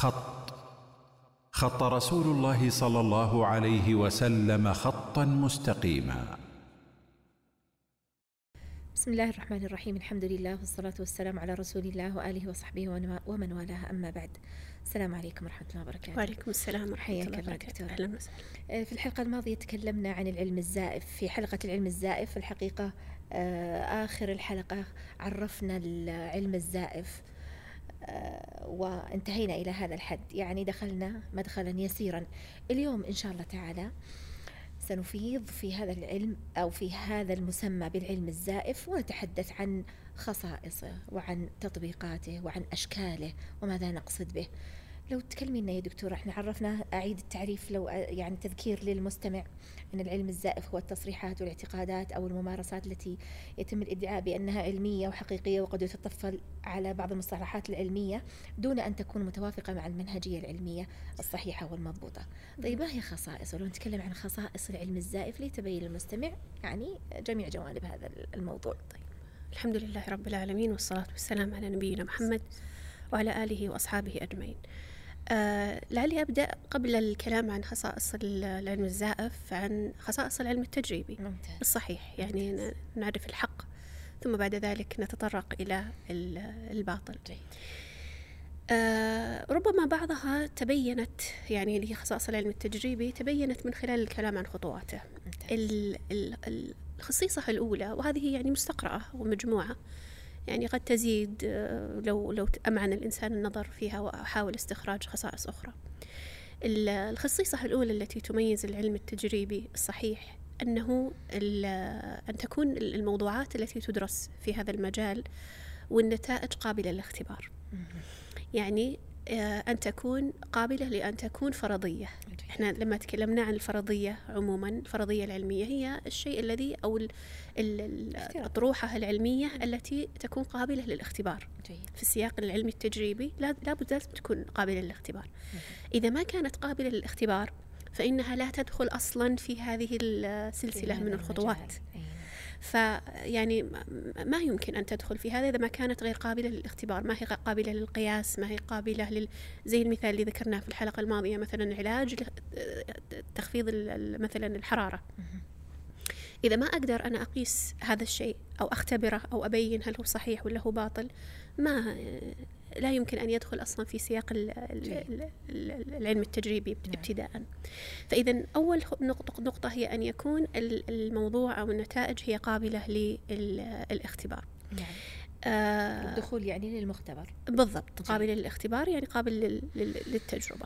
خط رسول الله صلى الله عليه وسلم خطا مستقيما. بسم الله الرحمن الرحيم. الحمد لله والصلاة والسلام على رسول الله وآله وصحبه ومن والاه، أما بعد. السلام عليكم ورحمة الله وبركاته. وعليكم السلام ورحمة الله وبركاته. أهلا وسهلا. في الحلقة الماضية تكلمنا عن العلم الزائف. في حلقة العلم الزائف الحقيقة آخر الحلقة عرفنا العلم الزائف وانتهينا إلى هذا الحد، يعني دخلنا مدخلا يسيرا. اليوم إن شاء الله تعالى سنفيض في هذا العلم أو في هذا المسمى بالعلم الزائف، ونتحدث عن خصائصه وعن تطبيقاته وعن أشكاله وماذا نقصد به. لو تكلمينا يا دكتورة، احنا عرفنا، أعيد التعريف لو يعني تذكير للمستمع، أن العلم الزائف هو التصريحات والاعتقادات أو الممارسات التي يتم الادعاء بأنها علمية وحقيقية، وقد يتطفل على بعض المصطلحات العلمية دون أن تكون متوافقة مع المنهجية العلمية الصحيحة والمضبوطة. طيب ما هي خصائص؟ ولو نتكلم عن خصائص العلم الزائف ليتبين للمستمع يعني جميع جوانب هذا الموضوع. طيب، الحمد لله رب العالمين، والصلاة والسلام على نبينا محمد وعلى آله وأصحابه أجمعين. لعلي أبدأ قبل الكلام عن خصائص العلم الزائف عن خصائص العلم التجريبي الصحيح، يعني نعرف الحق ثم بعد ذلك نتطرق إلى الباطل. ربما بعضها تبينت، يعني اللي هي خصائص العلم التجريبي تبينت من خلال الكلام عن خطواته. الخصيصة الأولى، وهذه يعني مستقرأة ومجموعة، يعني قد تزيد لو أمعن الإنسان النظر فيها وحاول استخراج خصائص أخرى. الخصيصة الأولى التي تميز العلم التجريبي الصحيح أن تكون الموضوعات التي تدرس في هذا المجال والنتائج قابلة للاختبار، يعني أن تكون قابلة لأن تكون فرضية. إحنا لما تكلمنا عن الفرضية عموما، الفرضية العلمية هي الشيء الذي أو الأطروحة العلمية التي تكون قابلة للاختبار. في السياق العلمي التجريبي لابد لازم تكون قابلة للاختبار. إذا ما كانت قابلة للاختبار فإنها لا تدخل أصلا في هذه السلسلة من الخطوات. فيعني ما يمكن أن تدخل في هذا إذا ما كانت غير قابلة للاختبار، ما هي قابلة للقياس، ما هي قابلة زي المثال اللي ذكرناه في الحلقة الماضية، مثلا علاج تخفيض مثلا الحرارة. إذا ما أقدر أنا أقيس هذا الشيء أو أختبره أو أبين هل هو صحيح ولا هو باطل، لا يمكن أن يدخل أصلا في سياق العلم التجريبي ابتداء. فإذا أول نقطة هي أن يكون الموضوع أو النتائج هي قابلة للاختبار. الدخول يعني للمختبر. بالضبط، قابلة للاختبار يعني قابل للتجربة.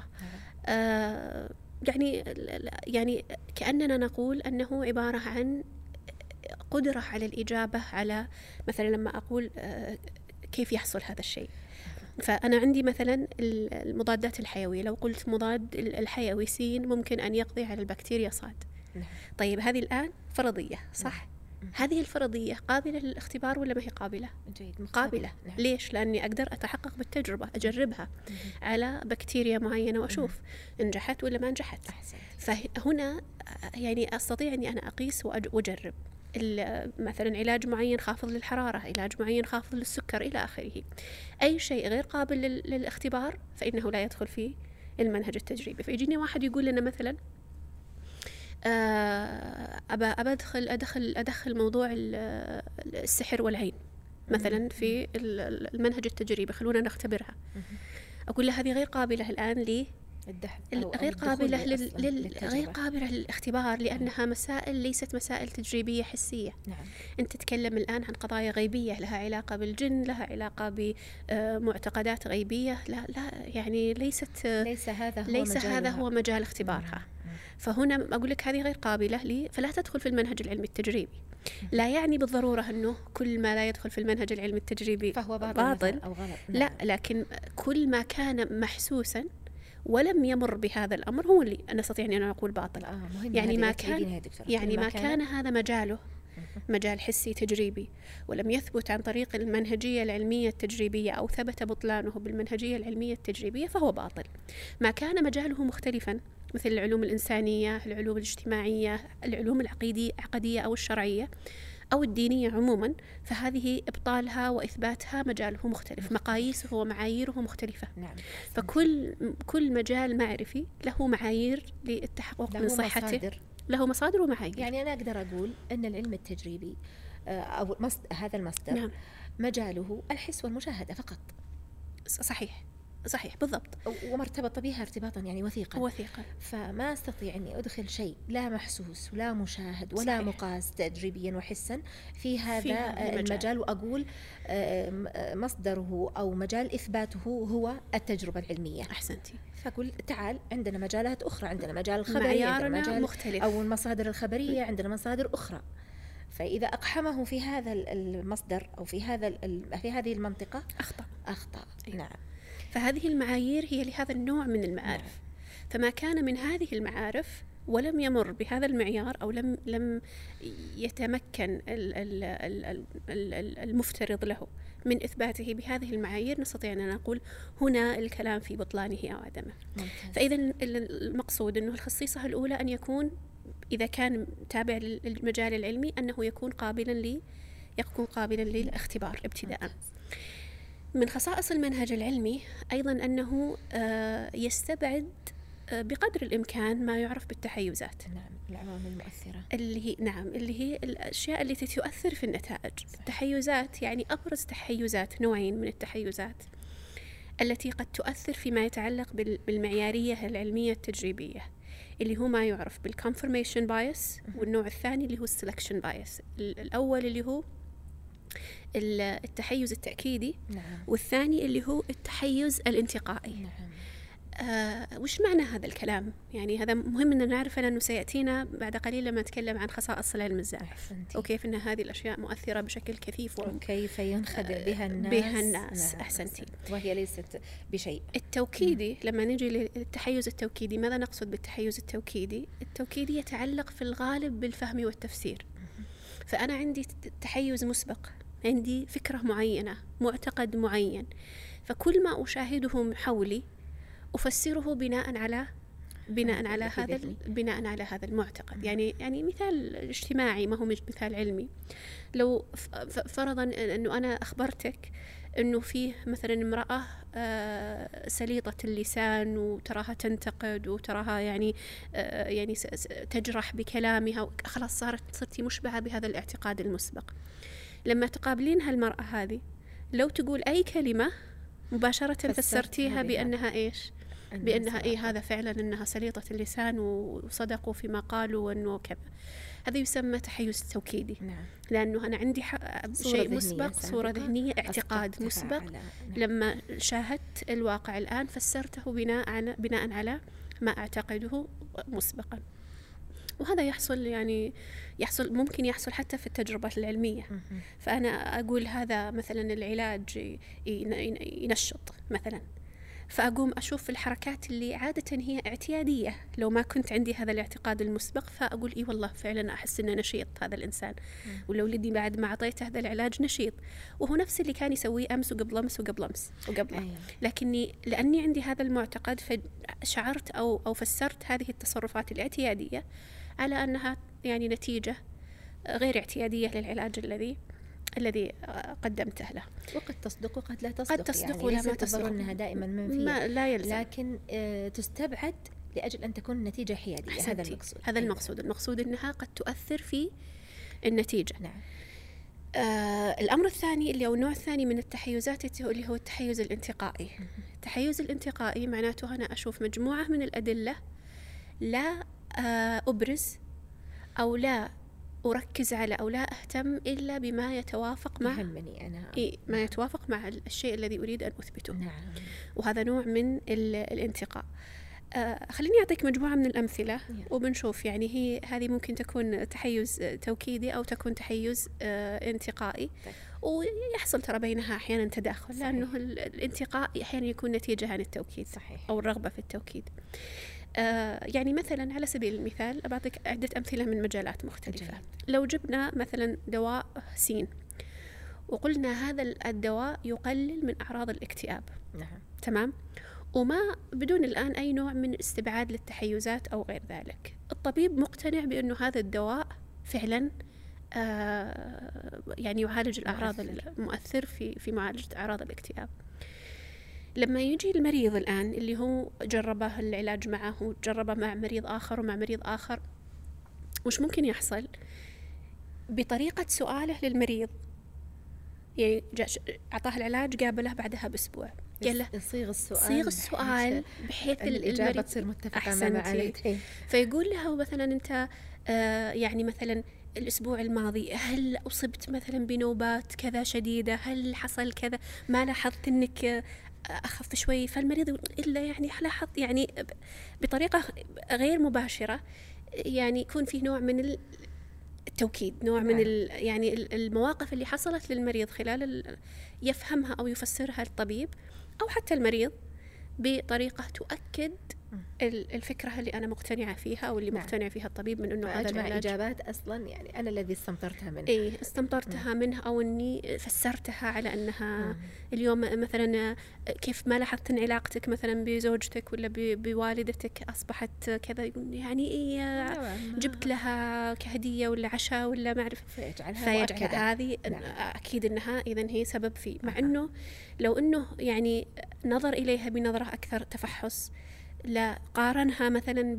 يعني كأننا نقول أنه عبارة عن قدرة على الإجابة على، مثلا لما أقول كيف يحصل هذا الشيء، فأنا عندي مثلا المضادات الحيوية، لو قلت مضاد الحيوي س ممكن أن يقضي على البكتيريا ص. طيب هذه الآن فرضية، صح؟ هذه الفرضية قابلة للاختبار ولا ما هي قابلة؟ قابلة. ليش؟ لأني أقدر أتحقق بالتجربة، أجربها على بكتيريا معينة وأشوف نجحت ولا ما نجحت. فهنا يعني أستطيع أني أنا أقيس وأجرب مثلا علاج معين خافض للحرارة، علاج معين خافض للسكر إلى آخره. أي شيء غير قابل للاختبار فإنه لا يدخل في المنهج التجريبي. فيجيني واحد يقول لنا مثلا أدخل موضوع السحر والعين مثلا في المنهج التجريبي، خلونا نختبرها. أقول له هذه غير قابلة الآن غير قابلة للاختبار، لأنها مسائل ليست مسائل تجريبية حسية. أنت تتكلم الآن عن قضايا غيبية لها علاقة بالجن، لها علاقة بمعتقدات غيبية، لا يعني ليس هذا هو مجال اختبارها. فهنا أقول لك هذه غير قابلة فلا تدخل في المنهج العلمي التجريبي. لا يعني بالضرورة أنه كل ما لا يدخل في المنهج العلمي التجريبي فهو باطل أو غلط. لا، لكن كل ما كان محسوسا ولم يمر بهذا الأمر هو اللي أنا أستطيع أن أقول باطل. يعني ما كان هذا مجاله مجال حسي تجريبي ولم يثبت عن طريق المنهجية العلمية التجريبية أو ثبت بطلانه بالمنهجية العلمية التجريبية فهو باطل. ما كان مجاله مختلفا مثل العلوم الإنسانية، العلوم الاجتماعية، العلوم العقدية أو الشرعية، أو الدينية عموما، فهذه إبطالها وإثباتها مجاله مختلف، مقاييسه ومعاييره مختلفة. نعم. فكل مجال معرفي له معايير للتحقق من صحته، له مصادر ومعايير. يعني أنا أقدر أقول أن العلم التجريبي أو هذا المصدر نعم. مجاله الحس والمشاهدة فقط. صحيح بالضبط، وما ارتبط بها ارتباطا يعني وثيقا. فما استطيع أني أدخل شيء لا محسوس ولا مشاهد ولا صحيح. مقاس تجريبيا وحسا في هذا المجال وأقول مصدره أو مجال إثباته هو التجربة العلمية. أحسنتي. فأقول تعال، عندنا مجالات أخرى، عندنا مجال الخبرية، عندنا مجال مختلف، أو المصادر الخبرية، عندنا مصادر أخرى. فإذا أقحمه في هذا المصدر أو في هذه المنطقة أخطأ. نعم. فهذه المعايير هي لهذا النوع من المعارف. فما كان من هذه المعارف ولم يمر بهذا المعيار أو لم يتمكن المفترض له من إثباته بهذه المعايير، نستطيع أن نقول هنا الكلام في بطلانه أو عدمه. فإذا المقصود أنه الخصيصة الأولى أن يكون إذا كان تابع للمجال العلمي أنه يكون قابلا للاختبار ابتداء. من خصائص المنهج العلمي أيضا أنه يستبعد بقدر الإمكان ما يعرف بالتحيزات. نعم، العوامل المؤثرة اللي هي الأشياء التي تؤثر في النتائج. التحيزات يعني أبرز تحيزات، نوعين من التحيزات التي قد تؤثر فيما يتعلق بالمعيارية العلمية التجريبية، اللي هو ما يعرف بالconfirmation bias، والنوع الثاني اللي هو الselection bias. الأول اللي هو التحيز التأكيدي، نعم. والثاني اللي هو التحيز الانتقائي. نعم. وش معنى هذا الكلام؟ يعني هذا مهم أن نعرفه، لأنه سيأتينا بعد قليل لما نتكلم عن خصائص العلم الزائف، وكيف أن هذه الأشياء مؤثرة بشكل كثيف، وكيف ينخدع بها الناس. أحسنتي. وهي ليست بشيء. التوكيدي، لما نجي للتحيز التوكيدي، ماذا نقصد بالتحيز التوكيدي؟ التوكيدي يتعلق في الغالب بالفهم والتفسير. فأنا عندي تحيز مسبق، عندي فكرة معينة، معتقد معين، فكل ما أشاهده حولي أفسره بناء على هذا المعتقد. يعني مثال اجتماعي، ما هو مثال علمي. لو فرضا أنه أنا أخبرتك أنه فيه مثلا امرأة سليطة اللسان، وتراها تنتقد، وتراها يعني تجرح بكلامها، خلاص صرتي مشبعة بهذا الاعتقاد المسبق. لما تقابلين هالمرأة هذه، لو تقول أي كلمة مباشرة فسرتيها بأنها إيش؟ بأنها هذا فعلا أنها سليطة اللسان وصدقوا فيما قالوا وأنه كذا. هذا يسمى تحيز توكيدي. نعم. لأنه أنا عندي شيء مسبق، صورة ذهنية، اعتقاد مسبق. لما شاهدت الواقع الآن فسرته بناء على ما أعتقده مسبقا. وهذا ممكن يحصل حتى في التجربة العلمية. فأنا أقول هذا مثلا العلاج ينشط مثلا، فأقوم أشوف الحركات اللي عادة هي اعتيادية لو ما كنت عندي هذا الاعتقاد المسبق، فأقول إيه والله فعلا أحس إنه نشيط هذا الإنسان، ولو ولدي بعد ما أعطيته هذا العلاج نشيط، وهو نفس اللي كان يسويه أمس وقبل أمس وقبله. لكني لأني عندي هذا المعتقد فشعرت أو فسرت هذه التصرفات الاعتيادية على أنها يعني نتيجة غير اعتيادية للعلاج الذي قدمته له. وقد تصدق وقد لا تصدق. قد تصدق ولا ما تصدق، أنها دائما منفية، لا يلزم. لكن تستبعد لأجل أن تكون النتيجة حيادية. هذا المقصود. المقصود أنها قد تؤثر في النتيجة. نعم. الأمر الثاني النوع الثاني من التحيزات اللي هو التحيز الانتقائي. التحيز الانتقائي معناته أنا أشوف مجموعة من الأدلة، لا أبرز أو لا أركز على أو لا أهتم إلا بما يتوافق مع ما يتوافق مع الشيء الذي أريد أن أثبته. نعم. وهذا نوع من الانتقاء. خليني أعطيك مجموعة من الأمثلة وبنشوف يعني هذه ممكن تكون تحيز توكيدي أو تكون تحيز انتقائي. ويحصل ترى بينها أحيانا تداخل. صحيح. لأنه الانتقاء أحيانا يكون نتيجة عن التوكيد. صحيح. أو الرغبة في التوكيد. يعني مثلا على سبيل المثال أعطيك عدة أمثلة من مجالات مختلفة. جميل. لو جبنا مثلا دواء سين وقلنا هذا الدواء يقلل من أعراض الاكتئاب. نعم. تمام. وما بدون الآن أي نوع من استبعاد للتحيزات أو غير ذلك، الطبيب مقتنع بأنه هذا الدواء فعلا يعني يعالج الأعراض المؤثر في معالجة أعراض الاكتئاب. لما يجي المريض الآن اللي هو جربه العلاج معه وجربه مع مريض آخر ومع مريض آخر، وش ممكن يحصل بطريقة سؤاله للمريض؟ يعني أعطاه العلاج، قابله بعدها بأسبوع، قال له صيغ السؤال بحيث الإجابة تصير متفقة مع عليه. فيقول له مثلا أنت يعني مثلا الأسبوع الماضي هل أصبت مثلا بنوبات كذا شديدة؟ هل حصل كذا؟ ما لاحظت أنك أخف شوي؟ فالمريض يقول إلا يعني لاحظت، يعني بطريقة غير مباشرة يعني يكون فيه نوع من التوكيد، نوع من يعني المواقف اللي حصلت للمريض خلال يفهمها أو يفسرها الطبيب أو حتى المريض بطريقة تؤكد الفكرة اللي أنا مقتنعة فيها أو اللي مقتنع فيها الطبيب من أنه هذا العلاج إجابات أصلا يعني أنا الذي استمطرتها منها. استمطرتها منها، أو أني فسرتها على أنها اليوم مثلا كيف ما لاحظت أن علاقتك مثلا بزوجتك ولا بوالدتك أصبحت كذا، يعني جبت لها كهدية ولا عشاء ولا ما أعرف، فيجعل هذه أكيد أنها إذن هي سبب فيه. مع أنه لو أنه يعني نظر إليها بنظرة أكثر تفحص، لا قارنها مثلا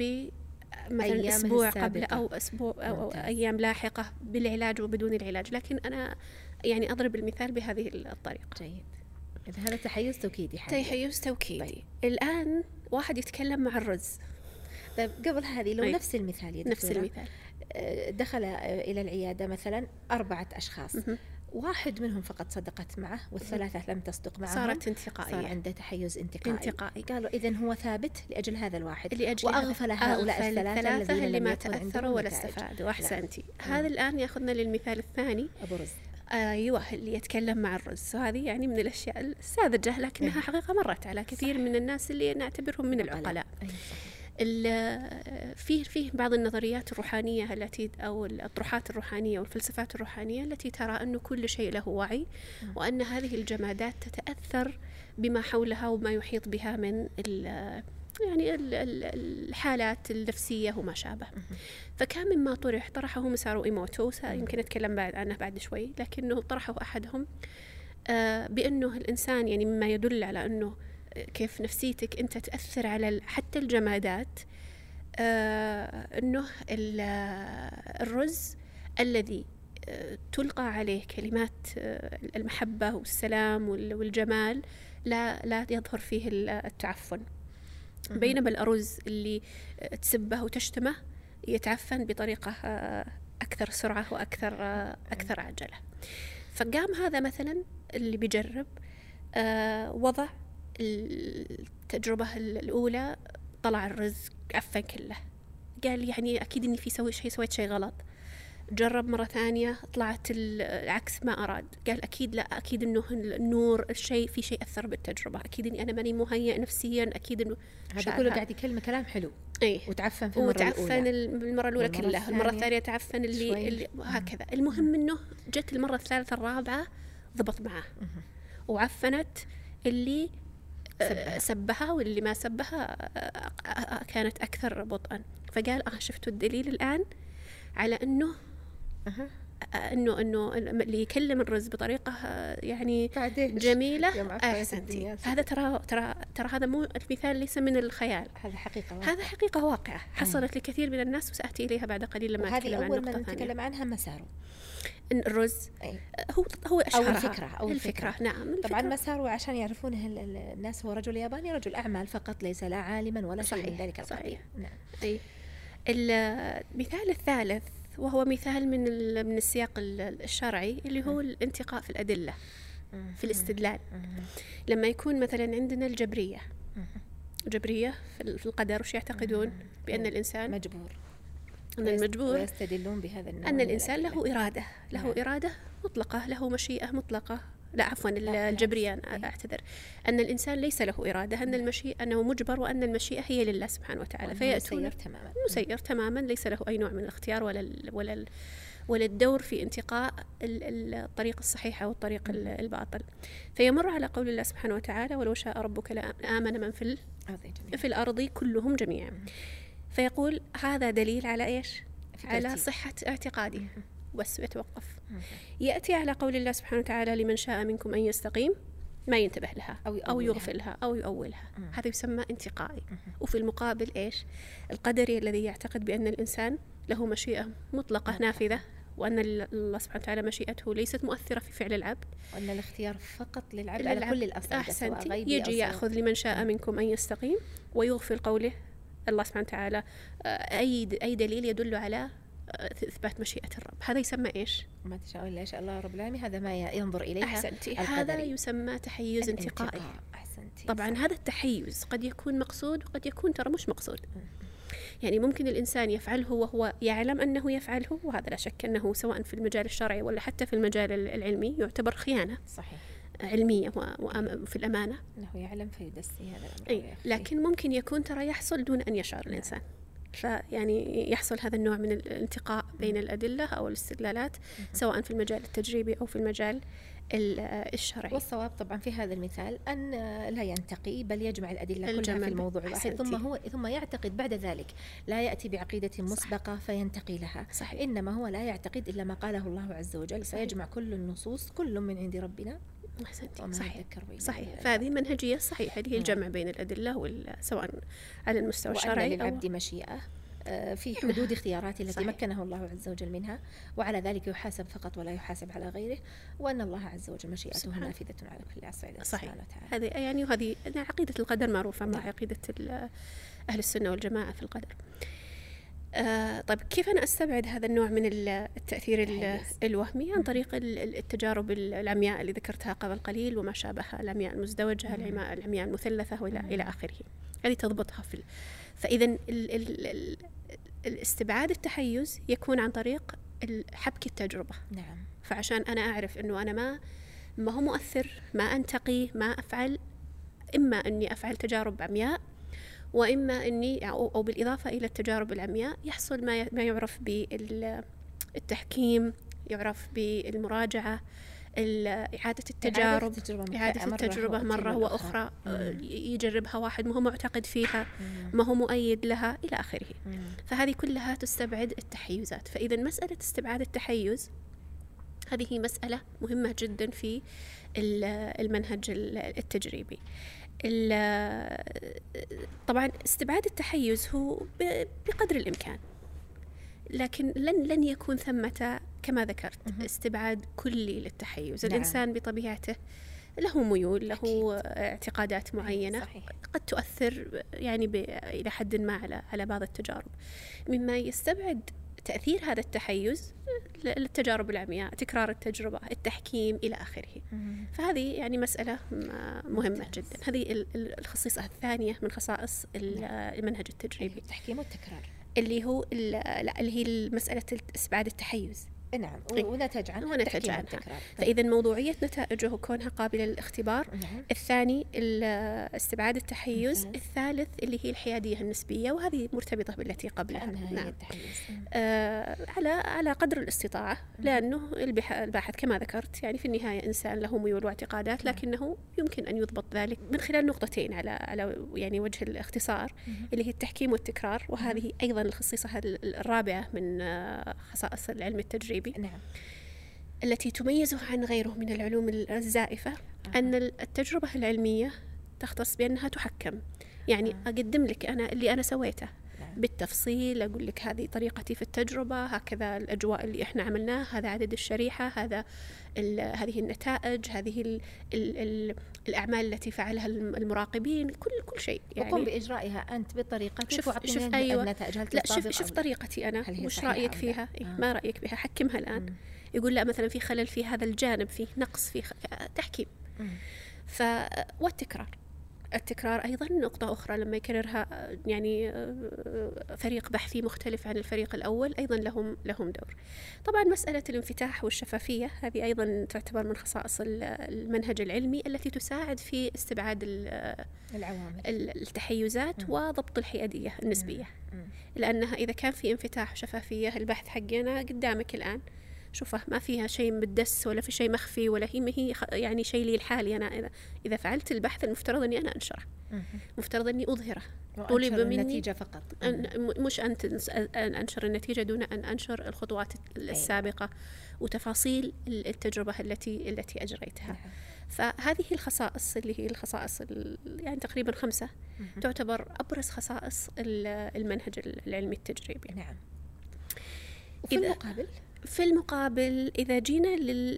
مثلا أسبوع قبل أو أسبوع أو أيام لاحقة بالعلاج وبدون العلاج. لكن أنا يعني أضرب المثال بهذه الطريقة. جيد. هذا تحيز توكيدي. تحيز توكيدي. الآن واحد يتكلم مع الرز. طيب قبل هذه لو نفس المثال يا دكتورة، نفس المثال، دخل إلى العيادة مثلا 4 أشخاص، واحد منهم فقط صدقت معه والثلاثة لم تصدق معه، صارت انتقائية، صار عنده تحيز انتقائي. قالوا إذن هو ثابت لأجل هذا الواحد، وأغفل هؤلاء الثلاثة اللي ما تأثروا ولا استفادوا. أحسنتي. هذا الآن يأخذنا للمثال الثاني، أبو رز. أيوة، اللي يتكلم مع الرز. وهذه يعني من الأشياء الساذجة لكنها حقيقة مرت على كثير من الناس اللي نعتبرهم من العقلاء. فيه بعض النظريات الروحانية التي أو الأطروحات الروحانية والفلسفات الروحانية التي ترى أنه كل شيء له وعي، وأن هذه الجمادات تتأثر بما حولها وما يحيط بها من يعني الحالات النفسية وما شابه. فكان مما طرحه مسارو إيموتو، يمكن أتكلم عنه بعد شوي، لكنه طرحه أحدهم بأنه الإنسان يعني مما يدل على أنه كيف نفسيتك أنت تأثر على حتى الجمادات، أنه الرز الذي تلقى عليه كلمات المحبة والسلام والجمال لا يظهر فيه التعفن، بينما الأرز اللي تسبه وتشتمه يتعفن بطريقة أكثر سرعة وأكثر عجلة. فقام هذا مثلا اللي بيجرب وضع التجربة الأولى، طلع الرز عفن كله، قال يعني أكيد إني سويت شيء غلط. جرب مرة ثانية، طلعت العكس ما أراد، قال أكيد لا، أكيد إنه النور في شيء أثر بالتجربة، أكيد إني أنا ماني مهيئ نفسيا، أكيد إنه هذا كله قاعد يكلم كلام حلو. وتعفن في المرة الأولى كلها، المرة الثانية تعفن اللي هكذا. المهم إنه جت المرة الثالثة الرابعة ضبط معه وعفنت اللي سبها، واللي ما سبها كانت أكثر بطئا. فقال شفتوا الدليل الآن على أنه اللي يكلم الرز بطريقة يعني جميلة. أحسنتي. هذا ترى هذا مو المثال، ليس من الخيال، هذا حقيقة واقعة حصلت لكثير من الناس، وسأتي إليها بعد قليل لما أتكلم عن نقطة ثانية. نتكلم عنها مساره الرز هو أشهرها أو الفكرة. نعم. طبعا مساره عشان يعرفونه الناس هو رجل ياباني، رجل أعمال فقط، ليس لا عالما ولا شيء من ذلك القبيل. نعم. المثال الثالث وهو مثال من السياق الشرعي، اللي هو الانتقاء في الأدلة في الاستدلال. لما يكون مثلا عندنا الجبرية في القدر، وش يعتقدون؟ بأن الإنسان مجبور، ويستدلون بهذا النوع، أن الإنسان له إرادة مطلقة، له مشيئة مطلقة. لا عفوا، الجبرية أعتذر، أن الإنسان ليس له إرادة، أن المشيئة أنه مجبر، وأن المشيئة هي لله سبحانه وتعالى، فيأتون مسير تماما، ليس له أي نوع من الاختيار ولا الدور في انتقاء الطريق الصحيح أو الطريق الباطل. فيمر على قول الله سبحانه وتعالى: ولو شاء ربك لآمن من في الأرض كلهم جميعا. فيقول هذا دليل على إيش؟ على صحة اعتقاده بس يتوقف. يأتي على قول الله سبحانه وتعالى لمن شاء منكم أن يستقيم، ما ينتبه لها أو يغفلها أو يؤولها. هذا يسمى انتقائي. وفي المقابل إيش؟ القدري الذي يعتقد بأن الإنسان له مشيئة مطلقة نافذة، وأن الله سبحانه وتعالى مشيئته ليست مؤثرة في فعل العبد، وأن الاختيار فقط للعبد على كل الأصعدة. أحسنتي. يجي يأخذ لمن شاء منكم أن يستقيم ويغفل قوله الله سبحانه وتعالى أي دليل يدل على إثبات مشيئة الرب. هذا يسمى إيش؟ ما تشاء إلا شاء الله رب العالمين. هذا ما ينظر إليها. أحسنتي. هذا يسمى تحيز انتقائي. أحسنتي. طبعا هذا التحيز قد يكون مقصود وقد يكون ترى مش مقصود. يعني ممكن الإنسان يفعله وهو يعلم أنه يفعله، وهذا لا شك أنه سواء في المجال الشرعي ولا حتى في المجال العلمي يعتبر خيانة. صحيح. علمية وفي الأمانة، أنه يعلم فيدسي هذا الأمر. لكن ممكن يكون ترى يحصل دون أن يشعر الإنسان. فيعني يحصل هذا النوع من الانتقاء بين الأدلة أو الاستدلالات، سواء في المجال التجريبي أو في المجال الشرعي. والصواب طبعا في هذا المثال أن لا ينتقي، بل يجمع الأدلة كلها في الموضوع الواحد، ثم يعتقد بعد ذلك، لا يأتي بعقيدة مسبقة فينتقي لها. صحيح. إنما هو لا يعتقد إلا ما قاله الله عز وجل، فيجمع كل النصوص كل من عند ربنا. صحيح. فهذه منهجية صحيحة، هي الجمع بين الأدلة سواء على المستوى الشرعي للعبد مشيئة في حدود اختيارات التي مكنه الله عز وجل منها، وعلى ذلك يحاسب فقط ولا يحاسب على غيره، وأن الله عز وجل مشيئته نافذة على كل أصعدة. صحيح. هذه يعني وهذه عقيدة القدر معروفة مع عقيدة أهل السنة والجماعة في القدر. طيب كيف أنا أستبعد هذا النوع من التأثير الوهمي؟ عن طريق التجارب العمياء اللي ذكرتها قبل قليل وما شابهها، العمياء المزدوجة، العمياء المثلثة إلى آخره. هذه تضبطها فإذا الاستبعاد التحيز يكون عن طريق حبك التجربة. نعم. فعشان أنا أعرف أنه أنا ما هو مؤثر، ما أنتقي، ما أفعل، إما أني أفعل تجارب عمياء، وإما أني أو بالإضافة إلى التجارب العمياء يحصل ما يعرف بالتحكيم، يعرف بالمراجعة، إعادة التجربة مرة وأخرى، يجربها واحد ما هو معتقد فيها، ما هو مؤيد لها إلى آخره. فهذه كلها تستبعد التحيزات. فإذا مسألة استبعاد التحيز هذه مسألة مهمة جدا في المنهج التجريبي. طبعا استبعاد التحيز هو بقدر الإمكان، لكن لن يكون ثمة كما ذكرت استبعاد كلي للتحيز. نعم. الإنسان بطبيعته له ميول، له أكيد. اعتقادات معينة. صحيح. قد تؤثر يعني إلى حد ما على بعض التجارب، مما يستبعد تأثير هذا التحيز للتجارب العمياء، تكرار التجربة، التحكيم إلى آخره. فهذه يعني مسألة مهمة جدا. هذه الخصيصة الثانية من خصائص المنهج التجريبي، التحكيم والتكرار، اللي هي مسألة استبعاد التحيز. نعم. ونتج عنها. فإذا موضوعية نتائجه كونها قابلة للاختبار. نعم. الثاني استبعاد التحيز. الثالث اللي هي الحيادية النسبية، وهذه مرتبطة بالتي قبلها. نعم. على قدر الاستطاعة، لأنه الباحث كما ذكرت يعني في النهاية إنسان له ميول واعتقادات، لكنه يمكن أن يضبط ذلك من خلال نقطتين على يعني وجه الاختصار، اللي هي التحكيم والتكرار، وهذه أيضا الخصيصة الرابعة من خصائص العلم التجريبي. نعم. التي تميزه عن غيره من العلوم الزائفة. أن التجربة العلمية تختص بأنها تحكم، يعني أقدم لك أنا اللي أنا سويته بالتفصيل، أقول لك هذه طريقتي في التجربة، هكذا الأجواء اللي إحنا عملناها، هذا عدد الشريحة، هذه النتائج، هذه الأعمال التي فعلها المراقبين، كل شيء يعني وقم بإجرائها أنت بطريقتك. شوف أيوة. لا شوف طريقتي أنا، وش رأيك فيها؟ ما رأيك فيها؟ حكمها الآن. يقول لا مثلا في خلل في هذا الجانب، في نقص، في تحكيم. والتكرار أيضا نقطة أخرى، لما يكررها يعني فريق بحثي مختلف عن الفريق الأول أيضا لهم دور. طبعا مسألة الانفتاح والشفافية هذه أيضا تعتبر من خصائص المنهج العلمي التي تساعد في استبعاد العوامل التحيزات وضبط الحيادية النسبية. لأنها إذا كان في انفتاح وشفافية، البحث حقنا قدامك الآن، شوفه ما فيها شيء مدس ولا في شيء مخفي ولا هي يعني شيء لي لحالي. أنا إذا فعلت البحث المفترض أني أنا أنشره، مفترض أني أظهره. طلب مني النتيجة فقط، مش أن أنشر النتيجة دون أن أنشر الخطوات السابقة وتفاصيل التجربة التي أجريتها. فهذه الخصائص اللي هي الخصائص يعني تقريبا 5 تعتبر أبرز خصائص المنهج العلمي التجريبي. نعم. وفي في المقابل إذا جينا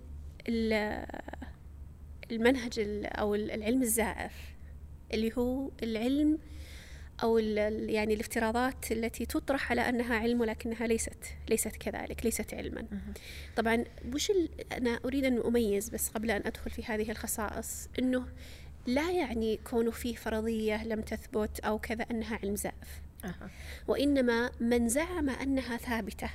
المنهج أو العلم الزائف اللي هو العلم أو يعني الافتراضات التي تطرح على أنها علم ولكنها ليست كذلك، ليست علما. طبعا أنا أريد أن أميز بس قبل أن أدخل في هذه الخصائص أنه لا يعني كونه فيه فرضية لم تثبت أو كذا أنها علم زائف، وإنما من زعم أنها ثابتة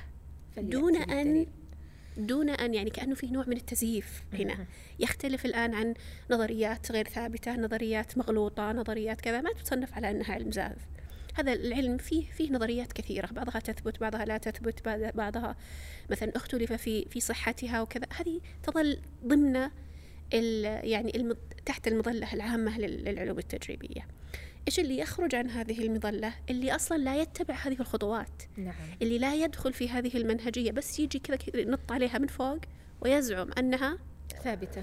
دون أن يعني كأنه فيه نوع من التزييف هنا. يختلف الآن عن نظريات غير ثابتة، نظريات مغلوطة، نظريات كذا، ما تصنف على أنها علم زائف. هذا العلم فيه نظريات كثيرة، بعضها تثبت بعضها لا تثبت، بعضها مثلا اختلف في صحتها وكذا. هذه تظل ضمن يعني تحت المظلة العامة للعلوم التجريبية. إيش اللي يخرج عن هذه المظلة؟ اللي أصلا لا يتبع هذه الخطوات. نعم. اللي لا يدخل في هذه المنهجية، بس يجي كذا ينط عليها من فوق ويزعم أنها ثابتة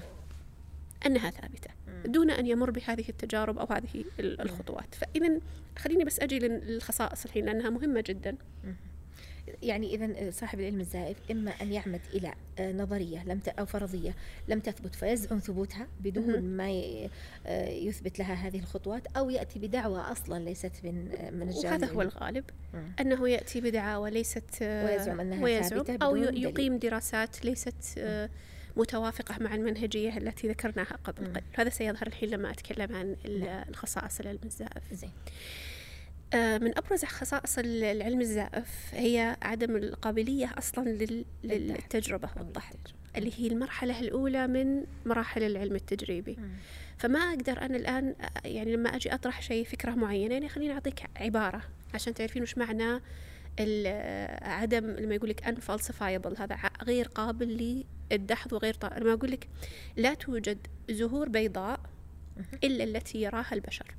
دون أن يمر بهذه التجارب أو هذه الخطوات. فإذا خليني بس أجي للخصائص الحين لأنها مهمة جدا. يعني إذن صاحب العلم الزائف إما أن يعمد إلى نظرية أو فرضية لم تثبت فيزعم ثبوتها بدون ما يثبت لها هذه الخطوات، أو يأتي بدعوى أصلا ليست من الجانب، وهذا هو الغالب، أنه يأتي بدعوى ليست ويزعم أنها ثابتة أو يقيم دراسات ليست متوافقة مع المنهجية التي ذكرناها قبل قليل. هذا سيظهر الحين لما أتكلم عن الخصائص العلم الزائف. زين. من أبرز خصائص العلم الزائف هي عدم القابلية أصلا للتجربة والضحك، اللي هي المرحلة الأولى من مراحل العلم التجريبي. فما أقدر أنا الآن يعني لما أجي أطرح فكرة معينة، يعني خليني أعطيك عبارة عشان تعرفين وش معنى عدم، لما يقول لك unfalsifiable، هذا غير قابل للدحض وغير لما أقول لك لا توجد زهور بيضاء إلا التي يراها البشر.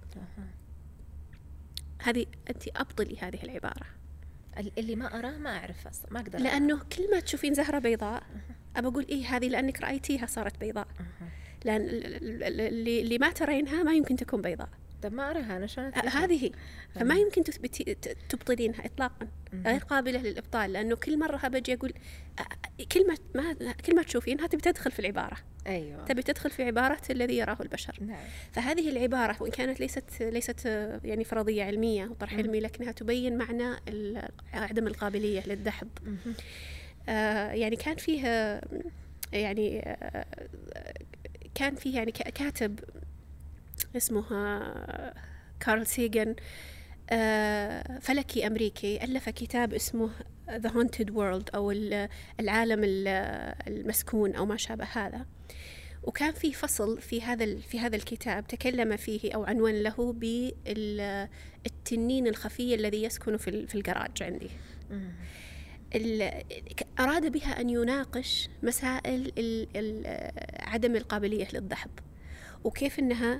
هذه أنت أبطلي هذه العبارة. اللي ما أراه ما أعرف أصلا، ما أقدر، لأنه كل ما تشوفين زهرة بيضاء أبى أقول إيه هذه لأنك رأيتيها صارت بيضاء، لأن اللي ما ترينها ما يمكن تكون بيضاء. طب ما أراها أنا شلون هذه، فما يمكن تبطلينها إطلاقا، غير قابلة للإبطال، لأنه كل مرة بجي أقول كلمة تشوفينها تبي تدخل في العبارة. أيوة. تبي تدخل في عبارة الذي يراه البشر. نعم. فهذه العبارة وإن كانت ليست يعني فرضية علمية وطرح علمي، لكنها تبين معنى عدم القابلية للدحض. يعني كان فيه يعني كاتب اسمه كارل سيغن، فلكي أمريكي، ألف كتاب اسمه The Haunted World أو العالم المسكون أو ما شابه هذا. وكان في فصل في هذا الكتاب تكلم فيه أو عنوان له بالتنين الخفي الذي يسكن في الجراج عندي. أراد بها أن يناقش مسائل عدم القابلية للدحض، وكيف أنها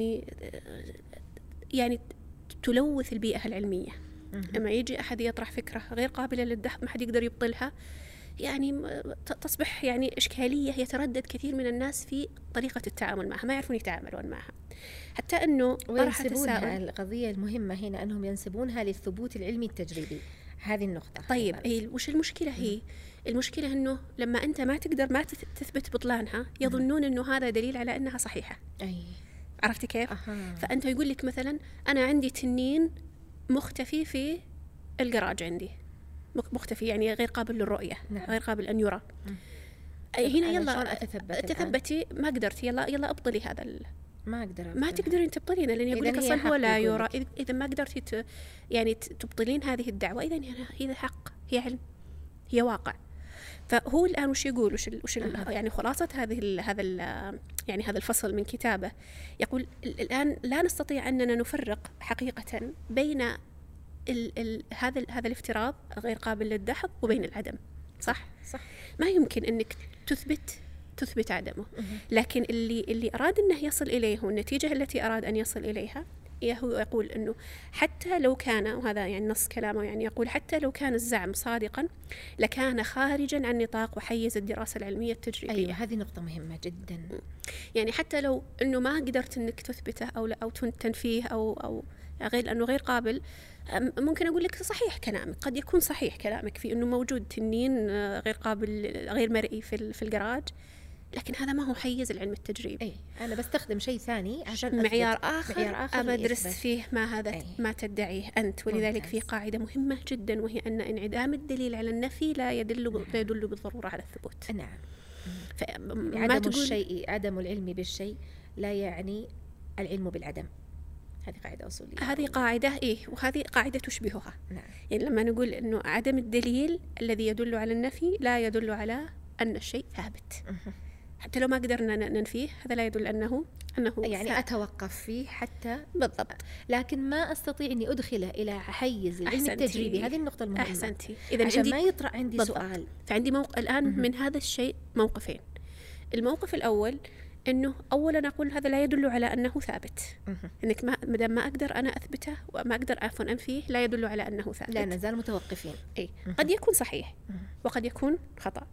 يعني تلوث البيئة العلمية. لما يجي أحد يطرح فكرة غير قابلة للدحض ما حد يقدر يبطلها، يعني تصبح يعني إشكالية يتردد كثير من الناس في طريقة التعامل معها، ما يعرفون يتعاملون معها. حتى أنه طرحت السؤال، القضية المهمة هنا أنهم ينسبونها للثبوت العلمي التجريبي، هذه النقطة. طيب وش المشكلة؟ هي المشكلة أنه لما أنت ما تقدر ما تثبت بطلانها يظنون أنه هذا دليل على أنها صحيحة. عرفتي كيف؟ فأنت يقول لك مثلا أنا عندي تنين مختفي في الجراج عندي، مختفي يعني غير قابل للرؤية. نعم. غير قابل أن يرى. هنا يلا تثبتي، ما قدرتي، يلا أبطلي هذا ما أقدر ما تقدرين تبطلينه، لأن يقول لك أصلا هو لا يرى. إذا ما قدرتي يعني تبطلين هذه الدعوة، إذا هي حق، هي علم، هي واقع. فهو الآن وش يقول، وش يعني خلاصة هذا الفصل من كتابه، يقول الآن لا نستطيع أننا نفرق حقيقة بين هذا الافتراض غير قابل للدحض وبين العدم. صح؟ صح. ما يمكن أنك تثبت عدمه. لكن اللي أراد أنه يصل إليه والنتيجة التي أراد أن يصل إليها هو يقول أنه حتى لو كان، وهذا يعني نص كلامه، يعني يقول حتى لو كان الزعم صادقا لكان خارجا عن نطاق وحيز الدراسة العلمية التجريبية. أيوة، هذه نقطة مهمة جدا. يعني حتى لو أنه ما قدرت أنك تثبته أو تنفيه أو غير أنه غير قابل، ممكن أقول لك صحيح كلامك، قد يكون صحيح كلامك في أنه موجود تنين غير قابل غير مرئي في الجراج، لكن هذا ما هو حيز العلم التجريبي. أي، أنا بستخدم شيء ثاني عشان معيار آخر أدرس فيه ما هذا ما تدعيه أنت. ولذلك في قاعدة مهمة جدا، وهي أن انعدام الدليل على النفي لا يدل بالضرورة على الثبوت. نعم. عدم العلم بالشيء لا يعني العلم بالعدم. هذه قاعدة أصولية. هذه قاعدة وهذه قاعدة تشبهها. نعم. يعني لما نقول إنه عدم الدليل الذي يدل على النفي لا يدل على أن الشيء ثابت. حتى لو ما قدرنا ننفيه، هذا لا يدل أنه يعني ثابت. أتوقف فيه حتى بالضبط، لكن ما أستطيع أني أدخله إلى حيز العلم التجريبي. هذه النقطة المهمة. أحسنتي. إذا عشان ما يطرأ عندي بالضبط. سؤال. فعندي الآن من هذا الشيء موقفين. الموقف الأول إنه أولا أقول هذا لا يدل على أنه ثابت. إنك مدام ما أقدر أنا أثبته وما أقدر أنفيه لا يدل على أنه ثابت. لا نزال متوقفين. قد يكون صحيح وقد يكون خطأ.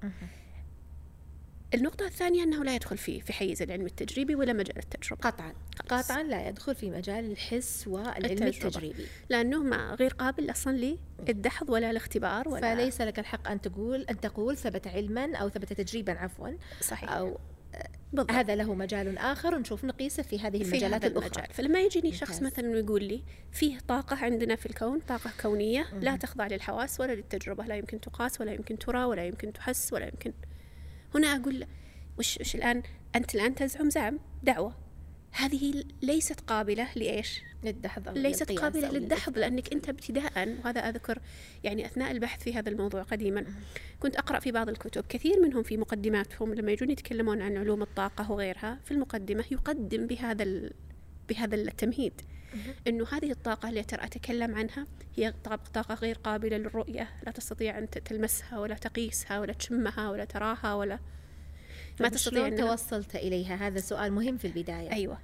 النقطة الثانية أنه لا يدخل في حيز العلم التجريبي ولا مجال التجربة. قطعا لا يدخل في مجال الحس والعلم التجريبي، لأنه غير قابل أصلا للدحض ولا الاختبار فليس لك الحق أن تقول ثبت علما أو ثبت تجريبا عفوا. صحيح. أو بالضبط. هذا له مجال آخر نشوف نقيسه في هذه المجالات الأخرى. فلما يجيني شخص مثلا ويقول لي فيه طاقة عندنا في الكون، طاقة كونية لا تخضع للحواس ولا للتجربة، لا يمكن تقاس ولا يمكن ترى ولا يمكن تحس ولا يمكن، هنا أقول وش الآن أنت الآن تزعم دعوة هذه ليست قابلة لإيش؟ للدحض. ليست قابلة للدحض، لأنك أنت ابتداء، وهذا أذكر يعني أثناء البحث في هذا الموضوع قديما كنت أقرأ في بعض الكتب، كثير منهم في مقدماتهم لما يجون يتكلمون عن علوم الطاقة وغيرها في المقدمة يقدم بهذا التمهيد إنه هذه الطاقة اللي ترى أتكلم عنها هي طاقة غير قابلة للرؤية، لا تستطيع أن تلمسها ولا تقيسها ولا تشمها ولا تراها ولا ما تستطيع أن توصلت إليها. هذا سؤال مهم في البداية. أيوة،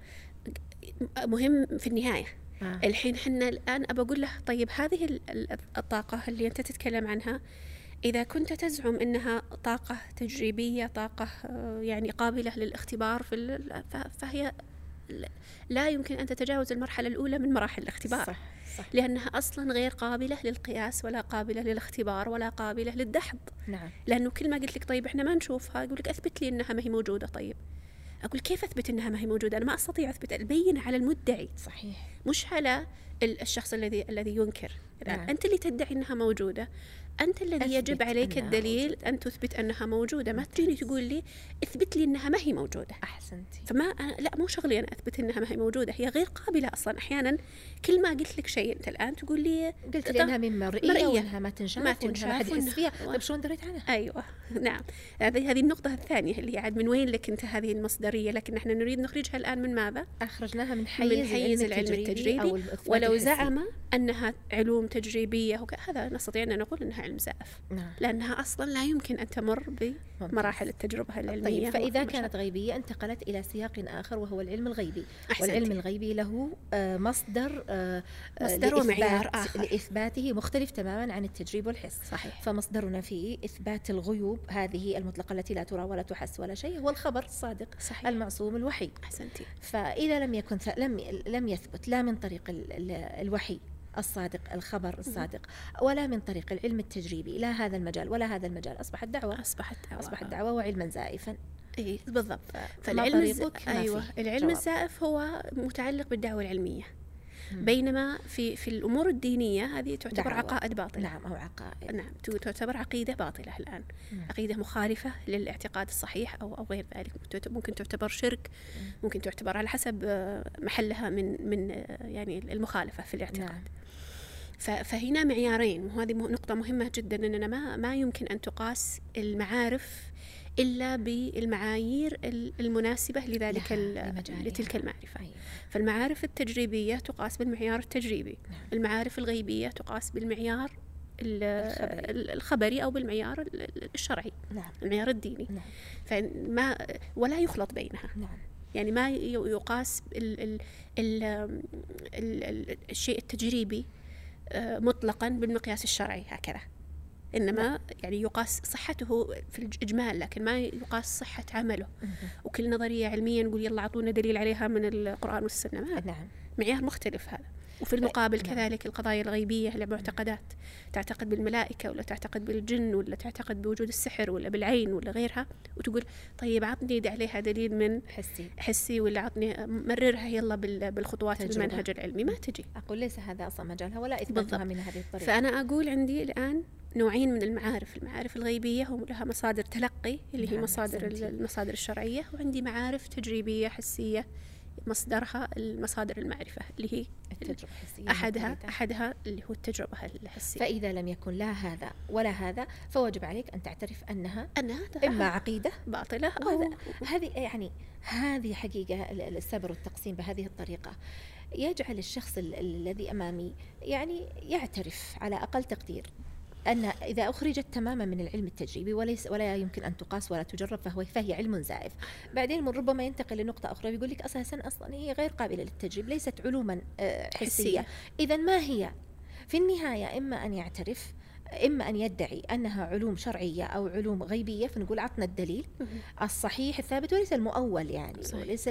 مهم في النهاية. الحين حنا الآن أبى أقول له طيب هذه الطاقة اللي أنت تتكلم عنها إذا كنت تزعم أنها طاقة تجريبية، طاقة يعني قابلة للاختبار فهي لا يمكن أن تتجاوز المرحلة الأولى من مراحل الاختبار. صح. لأنها أصلا غير قابلة للقياس ولا قابلة للاختبار ولا قابلة للدحض. نعم. لأنه كل ما قلت لك طيب إحنا ما نشوفها، أقول لك أثبت لي أنها ما هي موجودة. طيب أقول كيف أثبت أنها ما هي موجودة؟ أنا ما أستطيع أثبت. البينة على المدعي. صحيح. مش على الشخص الذي ينكر. نعم. أنت اللي تدعي أنها موجودة، أنت الذي يجب عليك الدليل موجودة. أن تثبت أنها موجودة. ما تجيني تقول لي اثبت لي أنها ما هي موجودة. أحسنتي. لا مو شغلي أنا أثبت أنها ما هي موجودة، هي غير قابلة أصلا. أحيانا كل ما قلت لك شيء أنت الآن تقول لي قلت لي أنها من مرئية وأنها ما تنشاف وأنها ما حد يحس فيها. طيب شلون دريت عنها؟ أيوة نعم، هذه النقطة الثانية اللي عاد من وين لك أنت هذه المصدرية، لكن نحن نريد نخرجها الآن من ماذا؟ أخرجناها من حيز العلم التجريبي ولو زعم أنها علوم تجريبية هذا نستطيع أن نقول أنها علم زائف. نعم. لأنها أصلا لا يمكن أن تمر بمراحل التجربة العلمية. طيب فإذا كانت غيبية انتقلت إلى سياق آخر وهو العلم الغيبي. والعلم الغيبي له مصدر ومعيار آخر لإثباته مختلف تماما عن التجريب والحس. صحيح. فمصدرنا في إثبات الغيوب هذه المطلقة التي لا ترى ولا تحس ولا شيء هو الخبر الصادق. صحيح. المعصوم الوحي. أحسنتي. فإذا لم يثبت لا من طريق الوحي الصادق، الخبر الصادق، ولا من طريق العلم التجريبي، لا هذا المجال ولا هذا المجال، أصبحت دعوة وعلما زائفا. إيه بالضبط. فالعلم العلم الزائف هو متعلق بالدعوة العلمية. بينما في الأمور الدينية هذه تعتبر عقائد باطلة. نعم، أو عقائد. نعم، تعتبر عقيدة باطلة الآن. عقيدة مخالفة للاعتقاد الصحيح أو غير ذلك. ممكن تعتبر شرك، ممكن تعتبر على حسب محلها من يعني المخالفة في الاعتقاد. نعم. فهنا معيارين، وهذه نقطة مهمة جدا، أننا ما يمكن أن تقاس المعارف إلا بالمعايير المناسبة لتلك المعرفة. فالمعارف التجريبية تقاس بالمعيار التجريبي. المعارف الغيبية تقاس بالمعيار الخبري أو بالمعيار الشرعي. نعم. المعيار الديني. نعم. ولا يخلط بينها. نعم. يعني ما يقاس الشيء التجريبي مطلقا بالمقياس الشرعي هكذا، إنما يعني يقاس صحته في الإجمال، لكن ما يقاس صحة عمله. وكل نظرية علمية نقول يلا عطونا دليل عليها من القرآن والسنة. نعم. معيار مختلف هذا. وفي المقابل كذلك القضايا الغيبية، المعتقدات، تعتقد بالملائكة ولا تعتقد بالجن ولا تعتقد بوجود السحر ولا بالعين ولا غيرها، وتقول طيب عطني عليها دليل من حسي ولا عطني مررها يلا بالخطوات المنهج العلمي، ما تجي. أقول ليس هذا أصلا مجالها ولا إثباتها من هذه الطريقة. فأنا أقول عندي الآن نوعين من المعارف الغيبية، هم لها مصادر تلقي اللي هي المصادر الشرعية، وعندي معارف تجريبية حسية مصدرها المصادر المعرفة اللي هي التجربة الحسية. أحدها اللي هو التجربة الحسية. فإذا لم يكن لا هذا ولا هذا فواجب عليك أن تعترف أنها إما عقيدة باطلة أو هذه، يعني هذه حقيقة. السبر والتقسيم بهذه الطريقة يجعل الشخص الذي أمامي يعني يعترف على أقل تقدير أن إذا أخرجت تماما من العلم التجريبي ولا يمكن أن تقاس ولا تجرب فهي علم زائف. بعدين من ربما ينتقل لنقطة أخرى ويقول لك أصلا هي غير قابلة للتجريب، ليست علوما حسية. إذا ما هي؟ في النهاية إما أن يعترف، إما أن يدعي أنها علوم شرعية أو علوم غيبية، فنقول عطنا الدليل الصحيح الثابت وليس المؤول، يعني وليس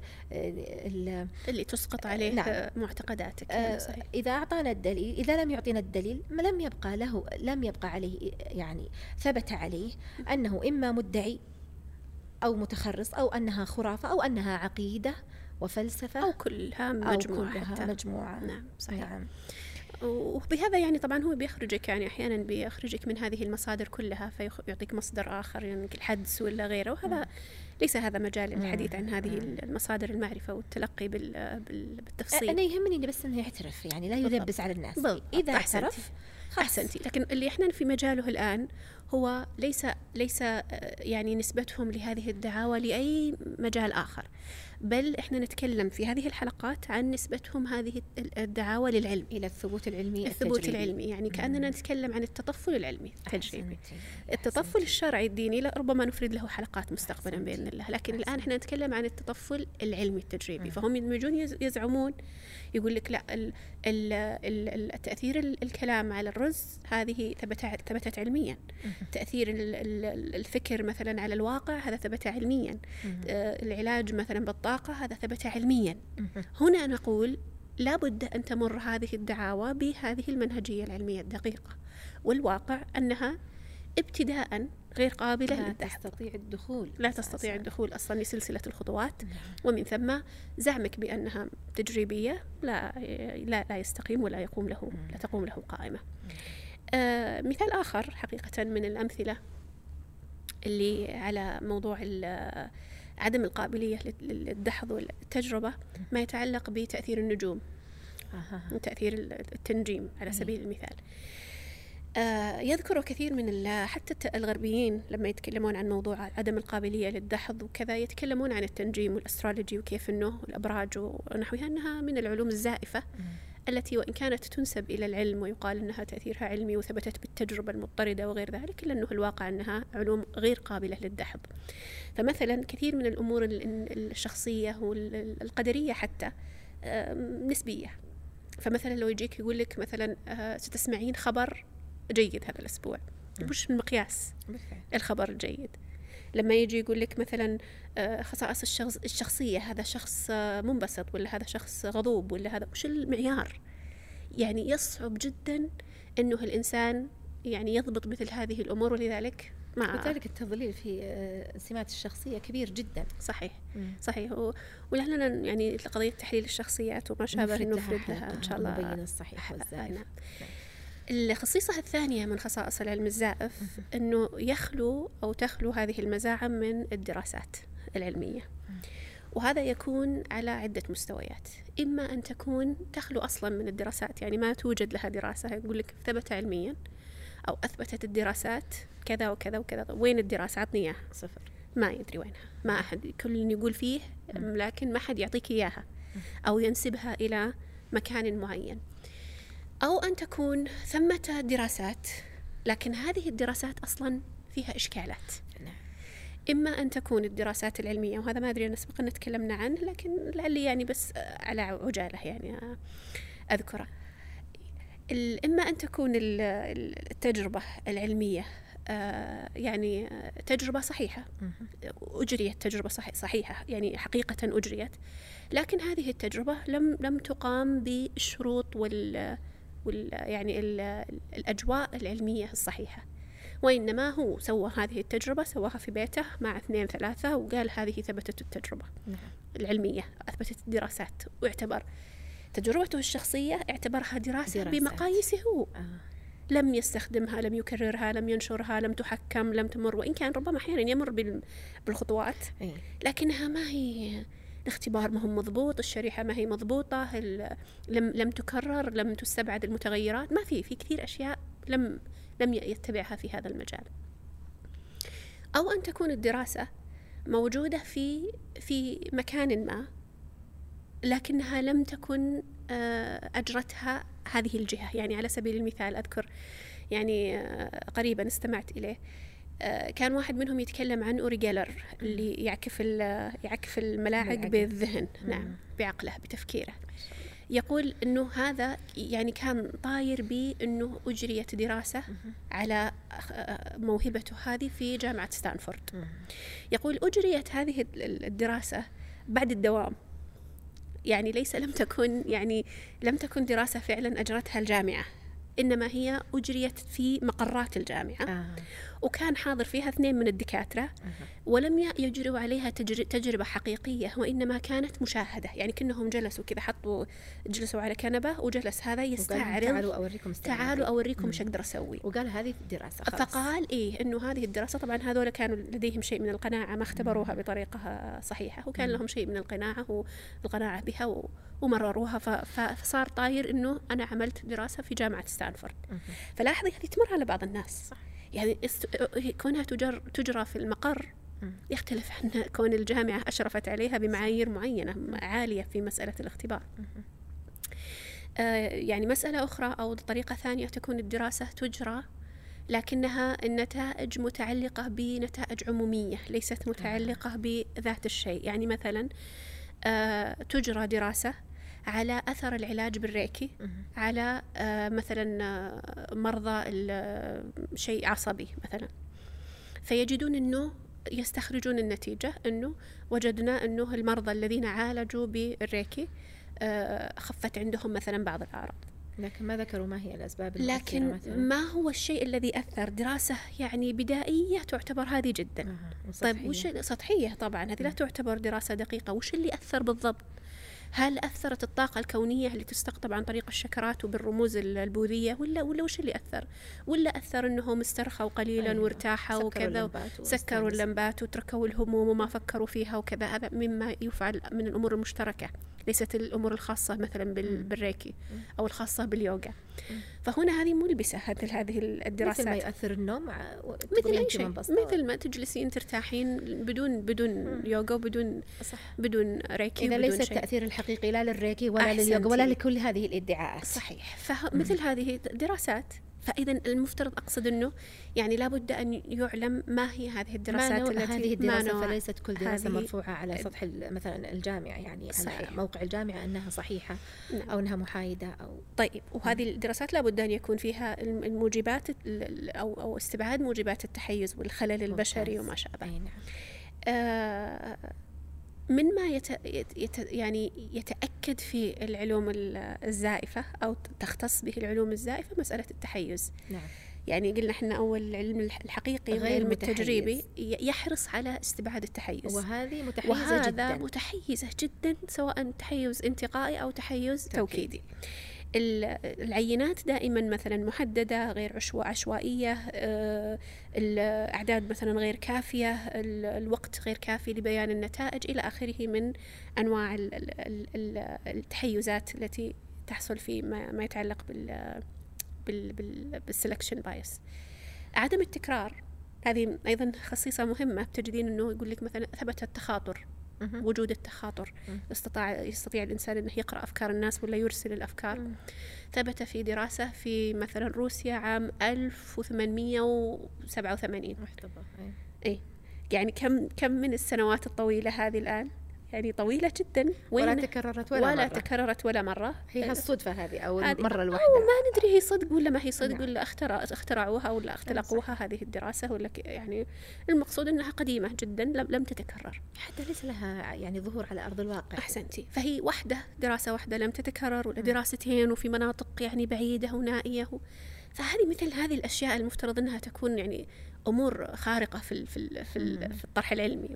اللي تسقط عليه نعم. معتقداتك. صحيح. إذا أعطانا الدليل، إذا لم يعطينا الدليل لم يبقى عليه، يعني ثبت عليه أنه إما مدعي أو متخرص أو أنها خرافة أو أنها عقيدة وفلسفة أو كلها مجموعة. نعم صحيح. نعم. وبهذا يعني طبعا هو بيخرجك، يعني أحيانا بيخرجك من هذه المصادر كلها فيعطيك مصدر آخر، يعني الحدس ولا غيره، وهذا ليس هذا مجال الحديث عن هذه المصادر المعرفة والتلقي بالتفصيل. أنا يهمني بس أنه يعترف، يعني لا يلبس على الناس. إذا اعترف أحسنتي. لكن اللي إحنا في مجاله الآن هو ليس يعني نسبتهم لهذه الدعاوى لأي مجال آخر، بل إحنا نتكلم في هذه الحلقات عن نسبتهم هذه الدعاوى للعلم، إلى الثبوت العلمي العلمي. يعني كأننا نتكلم عن التطفل العلمي التجريبي. التطفل الشرعي الديني ربما نفرد له حلقات مستقبلا بإذن الله، لكن الآن إحنا نتكلم عن التطفل العلمي التجريبي. فهم يدمجون يزعمون، يقول لك لا التأثير الكلام على الرز هذه ثبتت علميا، تأثير الفكر مثلا على الواقع هذا ثبت علميا، العلاج مثلا بالطاقة هذا ثبت علميا. هنا نقول لابد أن تمر هذه الدعاوى بهذه المنهجية العلمية الدقيقة، والواقع أنها ابتداء غير قابلة لا تستطيع الدخول أصلا لسلسلة الخطوات، ومن ثم زعمك بأنها تجريبية لا يستقيم ولا تقوم له قائمة. مثال آخر حقيقة من الأمثلة اللي على موضوع عدم القابلية للدحض والتجربة ما يتعلق بتأثير النجوم، تأثير التنجيم على سبيل المثال. يذكر كثير من حتى الغربيين لما يتكلمون عن موضوع عدم القابلية للدحض وكذا يتكلمون عن التنجيم والأسترولوجي وكيف أنه والأبراج ونحوها أنها من العلوم الزائفة التي وإن كانت تنسب إلى العلم ويقال أنها تأثيرها علمي وثبتت بالتجربة المضطردة وغير ذلك، إلا أنه الواقع أنها علوم غير قابلة للدحض. فمثلا كثير من الأمور الشخصية والقدرية حتى نسبية. فمثلا لو يجيك يقول لك مثلا ستسمعين خبر جيد هذا الأسبوع، وش المقياس الخبر الجيد؟ لما يجي يقول لك مثلا خصائص الشخصية، هذا شخص منبسط ولا هذا شخص غضوب ولا هذا، وش المعيار؟ يعني يصعب جدا أنه الإنسان يعني يضبط مثل هذه الأمور، ولذلك لذلك التضليل في سمات الشخصية كبير جدا. صحيح ولعلنا يعني قضية تحليل الشخصيات وما شابه نفرد لها إن شاء الله نبين الصحيح والزائف. نعم. الخصيصة الثانية من خصائص العلم الزائف أنه تخلو هذه المزاعم من الدراسات العلمية، وهذا يكون على عدة مستويات. إما أن تخلو أصلا من الدراسات، يعني ما توجد لها دراسة، يقول لك ثبت علميا أو أثبتت الدراسات كذا وكذا وكذا، وين الدراسة؟ عطني إياها. صفر، ما يدري وينها، ما أحد، كل يقول فيه لكن ما حد يعطيك إياها أو ينسبها إلى مكان معين. أو أن تكون ثمة دراسات لكن هذه الدراسات أصلا فيها إشكالات. إما أن تكون الدراسات العلمية، وهذا ما أدري أن سبق أن تكلمنا عنه لكن لعلي يعني بس على عجالة يعني أذكره. إما أن تكون التجربة العلمية يعني تجربة صحيحة، أجريت تجربة صحيحة يعني حقيقة أجريت، لكن هذه التجربة لم تقام بالشروط يعني الأجواء العلمية الصحيحة، وإنما هو سوى هذه التجربة، سواها في بيته مع 2 3 وقال هذه ثبتت التجربة العلمية، أثبتت الدراسات، واعتبر تجربته الشخصية اعتبرها دراسة بمقاييسه هو. لم يستخدمها، لم يكررها، لم ينشرها، لم تحكم، لم تمر، وإن كان ربما أحيانا يمر بالخطوات لكنها ما هي الاختبار ما هو مضبوط، الشريحة ما هي مضبوطة، لم تكرر، لم تستبعد المتغيرات، ما في كثير أشياء لم يتبعها في هذا المجال. أو أن تكون الدراسة موجودة في مكان ما لكنها لم تكن أجرتها هذه الجهة. يعني على سبيل المثال أذكر يعني قريبا استمعت إليه، كان واحد منهم يتكلم عن أوري جيلر اللي يعكف الملاعق بالذهن، نعم، بعقله بتفكيره. يقول أنه هذا يعني كان طاير بأنه أجريت دراسة على موهبته هذه في جامعة ستانفورد. يقول أجريت هذه الدراسة بعد الدوام، يعني لم تكن دراسة فعلا أجرتها الجامعة، إنما هي أجريت في مقرات الجامعة وكان حاضر فيها 2 من الدكاترة ولم يجروا عليها تجربة حقيقية، وإنما كانت مشاهدة، يعني كأنهم جلسوا كذا، جلسوا على كنبة وجلس هذا يستعرض، تعالوا أوريكم إيش أقدر أسوي، وقال هذه الدراسة خلاص. فقال إنه هذه الدراسة، طبعا هذول كانوا لديهم شيء من القناعة، ما اختبروها بطريقة صحيحة، وكان لهم شيء من القناعة بها ومرروها، فصار طاير إنه أنا عملت دراسة في جامعة ستانفورد. فلاحظي هذه تمر على بعض الناس صح. يعني كونها تجرى في المقر يختلف عن كون الجامعة أشرفت عليها بمعايير معينة عالية في مسألة الاختبار. يعني مسألة أخرى أو طريقة ثانية تكون الدراسة تجرى لكنها النتائج متعلقة بنتائج عمومية ليست متعلقة بذات الشيء. يعني مثلا تجرى دراسة على أثر العلاج بالريكي على مثلا مرضى شيء عصبي مثلا، فيجدون أنه يستخرجون النتيجة أنه وجدنا أنه المرضى الذين عالجوا بالريكي خفت عندهم مثلا بعض الأعراض، لكن ما ذكروا ما هي الأسباب لكن مثلاً. ما هو الشيء الذي أثر؟ دراسة يعني بدائية تعتبر هذه جدا طيب وش سطحية طبعا هذه لا تعتبر دراسة دقيقة. وش اللي أثر بالضبط؟ هل أثرت الطاقة الكونية اللي تستقطب عن طريق الشكرات وبالرموز البوذية ولا وش اللي أثر؟ ولا أثر أنهم استرخوا قليلا وارتاحوا وكذا، سكروا اللمبات وتركوا الهموم وما فكروا فيها وكذا. هذا مما يفعل من الأمور المشتركة، ليست الأمور الخاصة مثلا بالريكي أو الخاصة باليوغا. فهنا هذه ملبسة هذه الدراسات، مثل ما يؤثر النوم مثل أي شيء، مثل ما تجلسين ترتاحين بدون يوغا بدون ريكي، إذا ليس التأثير الحقيقي لا للريكي ولا لليوغا ولا لكل هذه الادعاءات. صحيح. فمثل هذه دراسات، فإذا المفترض أقصد أنه يعني لابد أن يعلم ما هي هذه الدراسات التي هذه الدراسة، فليست كل دراسة مرفوعة على سطح مثلا الجامعة، يعني على موقع الجامعة أنها صحيحة أو أنها محايدة أو طيب. وهذه الدراسات لابد أن يكون فيها الموجبات أو استبعاد موجبات التحيز والخلل البشري وما شابه. مما يعني يتأكد في العلوم الزائفة أو تختص به العلوم الزائفة مسألة التحيز. نعم. يعني قلنا احنا أول العلم الحقيقي غير التجريبي يحرص على استبعاد التحيز، وهذه متحيزة جدا، متحيزة جدا، سواء تحيز انتقائي أو تحيز توكيدي. العينات دائما مثلا محددة، غير عشوائية، الأعداد مثلا غير كافية، الوقت غير كافي لبيان النتائج إلى آخره من أنواع التحيزات التي تحصل في ما يتعلق بالسلكشن بايس. عدم التكرار هذه أيضا خصيصة مهمة. تجدين أنه يقول لك مثلا ثبت التخاطر وجود التخاطر. يستطيع الإنسان أنه يقرأ أفكار الناس ولا يرسل الأفكار. ثبت في دراسة في مثلا روسيا عام 1887. يعني كم من السنوات الطويلة هذه الآن، يعني طويلة جدا، ولا تكررت ولا مرة. هي الصدفة هذه أو المرة الواحدة، ما ندري هي صدق ولا ما هي صدق، ولا اخترعوها ولا اختلقوها هذه الدراسة، ولا يعني المقصود أنها قديمة جدا لم تتكرر، حتى ليس لها يعني ظهور على أرض الواقع. أحسنتي. فهي دراسة واحدة لم تتكرر، ولا دراستين وفي مناطق يعني بعيدة ونائية. فهذه مثل هذه الأشياء المفترض أنها تكون يعني أمور خارقة في الطرح العلمي،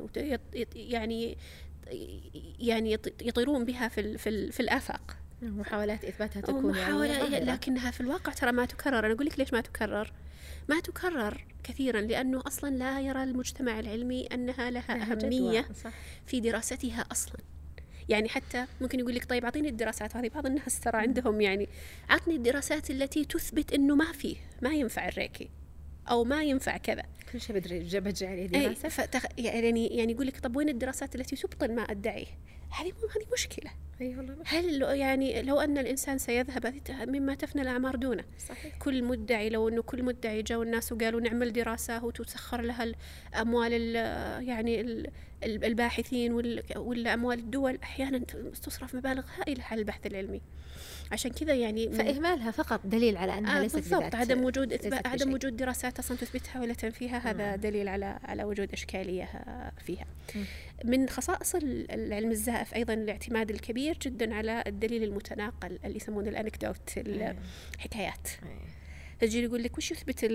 يعني يطيرون بها في الآفاق، محاولات إثباتها تكون لكنها في الواقع ترى ما تكرر. أنا أقول لك ليش ما تكرر كثيرا، لأنه أصلا لا يرى المجتمع العلمي أنها لها أهمية في دراستها أصلا. يعني حتى ممكن يقول لك طيب أعطيني الدراسات هذه، بعض الناس ترى عندهم يعني عطني الدراسات التي تثبت أنه ما ينفع الريكي أو ما ينفع كذا، كل شيء بدري عليه دراسة. يعني يقول لك طب وين الدراسات التي تبطل ما أدعيه؟ هذه مشكلة. والله هل يعني لو أن الإنسان سيذهب مما تفنى الأعمار دونه. صحيح. كل مدعي، لو أنه كل مدعي جاء الناس وقالوا نعمل دراسة وتسخر لها الأموال يعني الباحثين ولا أموال الدول، أحيانا تصرف مبالغ هائلة على البحث العلمي. عشان كذا يعني فإهمالها فقط دليل على أنها ليست بالضبط. عدم وجود دراسات أصلا تثبتها ولا تنفيها، هذا دليل على وجود إشكالية فيها. من خصائص العلم الزائف أيضا الاعتماد الكبير جدا على الدليل المتناقل اللي يسمونه الأنكدوت، الحكايات. تجي يقول لك وش يثبت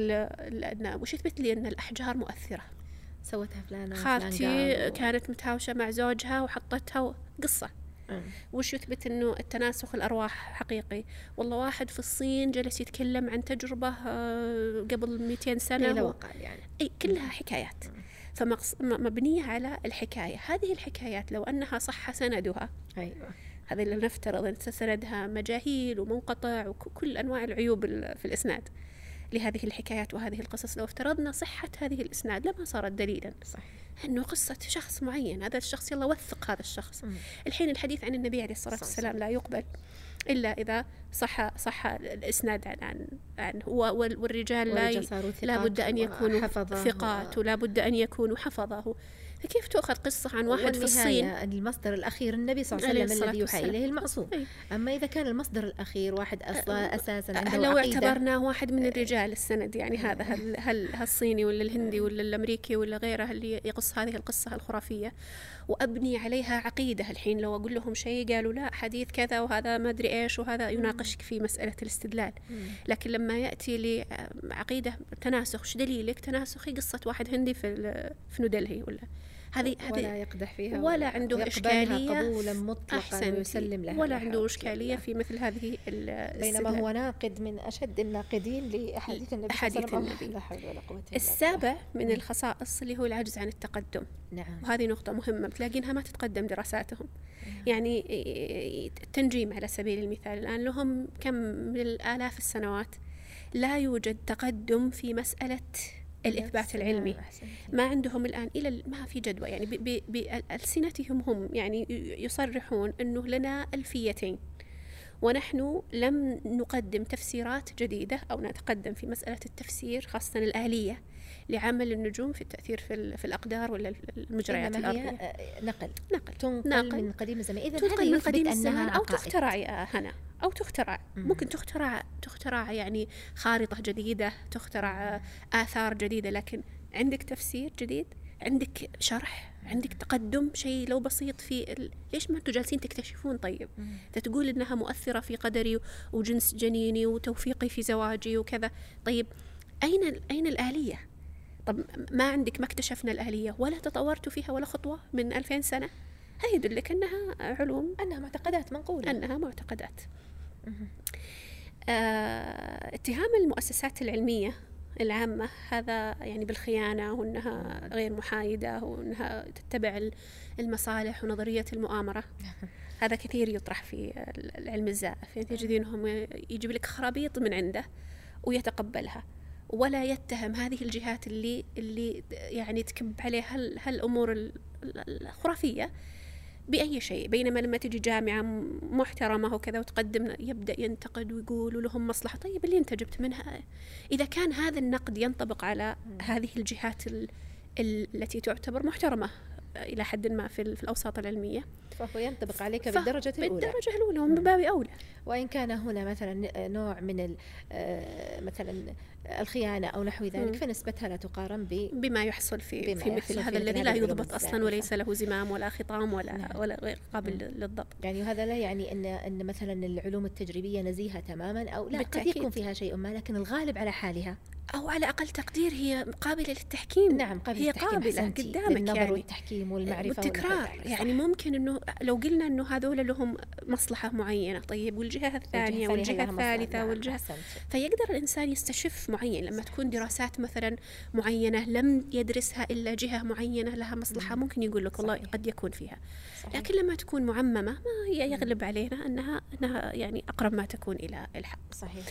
لي أن الأحجار مؤثرة؟ سوتها فلانة خالتي كانت متهاوشة مع زوجها وحطتها قصة. وش يثبت أنه التناسخ الأرواح حقيقي؟ والله واحد في الصين جلس يتكلم عن تجربة قبل 200 سنة يعني. كلها حكايات. فمبنية على الحكاية. هذه الحكايات لو أنها صح سندها، هذا اللي نفترض أن سندها مجاهيل ومنقطع وكل أنواع العيوب في الإسناد لهذه الحكايات وهذه القصص، لو افترضنا صحة هذه الإسناد لما صارت دليلا. صحيح. أنه قصة شخص معين، هذا الشخص يلا وثق هذا الشخص. الحين الحديث عن النبي عليه الصلاة والسلام لا يقبل إلا إذا صح الإسناد عنه، والرجال لا بد أن يكونوا ثقات ولا بد أن يكونوا حفظه. فكيف تأخذ قصة عن واحد في الصين؟ المصدر الأخير النبي صلى الله عليه وسلم الذي يوحى إليه المعصوم. أما إذا كان المصدر الأخير واحد أصلا أساسا عنده لو اعتبرناه واحد من الرجال السند، يعني هذا هل الصيني ولا الهندي ولا الأمريكي ولا غيره اللي يقص هذه القصة الخرافية وأبني عليها عقيدة. الحين لو أقول لهم شيء قالوا لا حديث كذا وهذا ما أدري إيش، وهذا يناقشك في مسألة الاستدلال. لكن لما يأتي لعقيدة تناسخ، وش دليلك؟ تناسخي قصة واحد هندي في نودلهي هذه ولا يقدح فيها ولا عنده إشكالية قبولا مطلقا ويسلم لها، ولا عنده إشكالية في مثل هذه بينما هو ناقد من أشد الناقدين لأحاديث النبي صلى الله عليه وسلم. لا حول ولا قوة إلا بالله. السابع من الخصائص اللي هو العجز عن التقدم. نعم. وهذه نقطة مهمة، بتلاقينها ما تتقدم دراساتهم. يعني التنجيم على سبيل المثال الآن لهم كم من الآلاف السنوات لا يوجد تقدم في مسألة الإثبات العلمي. ما عندهم الآن ما في جدوى، يعني بألسنتهم هم يعني يصرحون أنه لنا 1000 ونحن لم نقدم تفسيرات جديدة أو نتقدم في مسألة التفسير، خاصة الآلية لعمل النجوم في التأثير في الأقدار ولا المجريات الأرضية. هي نقل من قديم الزمان. إذن تنقل من قديم الزمان أو تخترع يا هنا، أو تخترع. ممكن تخترع يعني خارطة جديدة، تخترع آثار جديدة، لكن عندك تفسير جديد، عندك شرح، عندك تقدم، شيء لو بسيط في ليش ما أنتوا جالسين تكتشفون؟ طيب تقول إنها مؤثرة في قدري وجنس جنيني وتوفيقي في زواجي وكذا. طيب أين الآلية؟ طب ما عندك، ما اكتشفنا الآلية ولا تطورتوا فيها ولا خطوة من 2000 سنة. هذا يدلك أنها علوم، أنها معتقدات منقولة، أنها معتقدات. اتهام المؤسسات العلمية العامة هذا يعني بالخيانة، وأنها غير محايدة، وأنها تتبع المصالح ونظرية المؤامرة. هذا كثير يطرح في العلم الزائف. يعني تجدينهم يجيب لك خرابيط من عنده ويتقبلها، ولا يتهم هذه الجهات اللي يعني تكب عليها هالأمور الخرافية بأي شيء. بينما لما تجي جامعة محترمة وكذا وتقدم يبدأ ينتقد ويقول ولهم مصلحة. طيب اللي أنت جبت منها، إذا كان هذا النقد ينطبق على هذه الجهات التي تعتبر محترمة إلى حد ما في الأوساط العلمية، فهو ينطبق عليك بالدرجة الأولى ومن باب أولى. وإن كان هنا مثلا نوع من مثلا الخيانة أو نحو ذلك، فنسبتها لا تقارن بما يحصل في مثل هذا الذي لا يضبط أصلا وليس له زمام ولا خطام ولا غير قابل للضبط. يعني هذا لا يعني أن مثلا العلوم التجريبية نزيهة تماما، أو لا، قد يكون فيها شيء ما، لكن الغالب على حالها أو على أقل تقدير هي قابلة للتحكيم. نعم، هي قابلة قدامك يعني والتحكيم والمعرفة والتكرار. يعني ممكن إنه لو قلنا إنه هذول لهم مصلحة معينة، طيب والجهة الثانية والجهة الثالثة والجهة، فيقدر الإنسان يستشف معين. لما تكون دراسات مثلا معينة لم يدرسها إلا جهة معينة لها مصلحة، ممكن يقول لك والله قد يكون فيها. لكن لما تكون معممة ما يغلب علينا أنها يعني أقرب ما تكون إلى الحق. صحيح.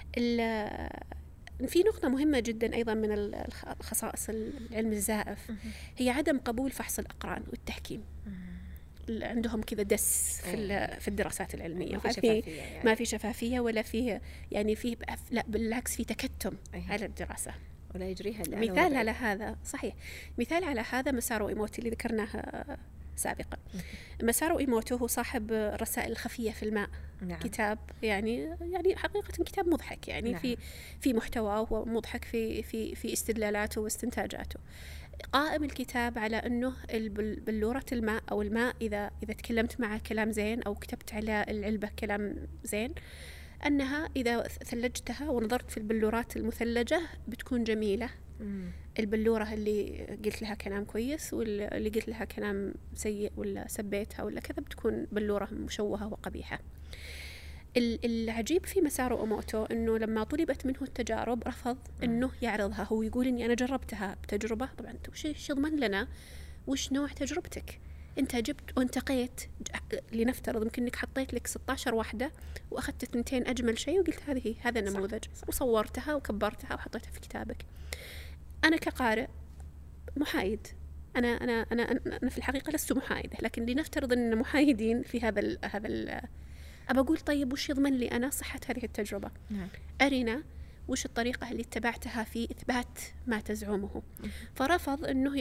في نقطة مهمة جدا أيضا من الخصائص العلم الزائف، هي عدم قبول فحص الأقران والتحكيم. عندهم كذا دس في الدراسات العلمية، ما في شفافية ولا فيه يعني فيه، لا بالعكس في تكتم على الدراسة ولا يجريها. مثال على هذا صحيح، مثال على هذا مسارو إيموتو اللي ذكرناه سابقا. مسارو إيموتو هو صاحب الرسائل الخفية في الماء. نعم. كتاب يعني حقيقة كتاب مضحك، يعني نعم. في محتواه ومضحك في استدلالاته واستنتاجاته. قائم الكتاب على أنه بلورة الماء أو الماء إذا تكلمت معه كلام زين أو كتبت على العلبة كلام زين، أنها إذا ثلجتها ونظرت في البلورات المثلجة بتكون جميلة. البلورة اللي قلت لها كلام كويس واللي قلت لها كلام سيء ولا سبيتها ولا كذا بتكون بلورة مشوهة وقبيحة. العجيب في مسارو إيموتو أنه لما طلبت منه التجارب رفض أنه يعرضها. هو يقول إني أنا جربتها بتجربة. طبعا وش يضمن لنا وش نوع تجربتك؟ أنت جبت وانتقيت، لنفترض يمكن إنك حطيت لك 16 واحدة وأخذت 2 أجمل شيء وقلت هذا النموذج، وصورتها وكبرتها وحطيتها في كتابك. أنا كقارئ محايد، أنا في الحقيقة لست محايدة، لكن لنفترض أن محايدين في هذا أبى أقول طيب وش يضمن لي أنا صحة هذه التجربة؟ نعم. أرنا وش الطريقة اللي اتبعتها في إثبات ما تزعمه. فرفض أنه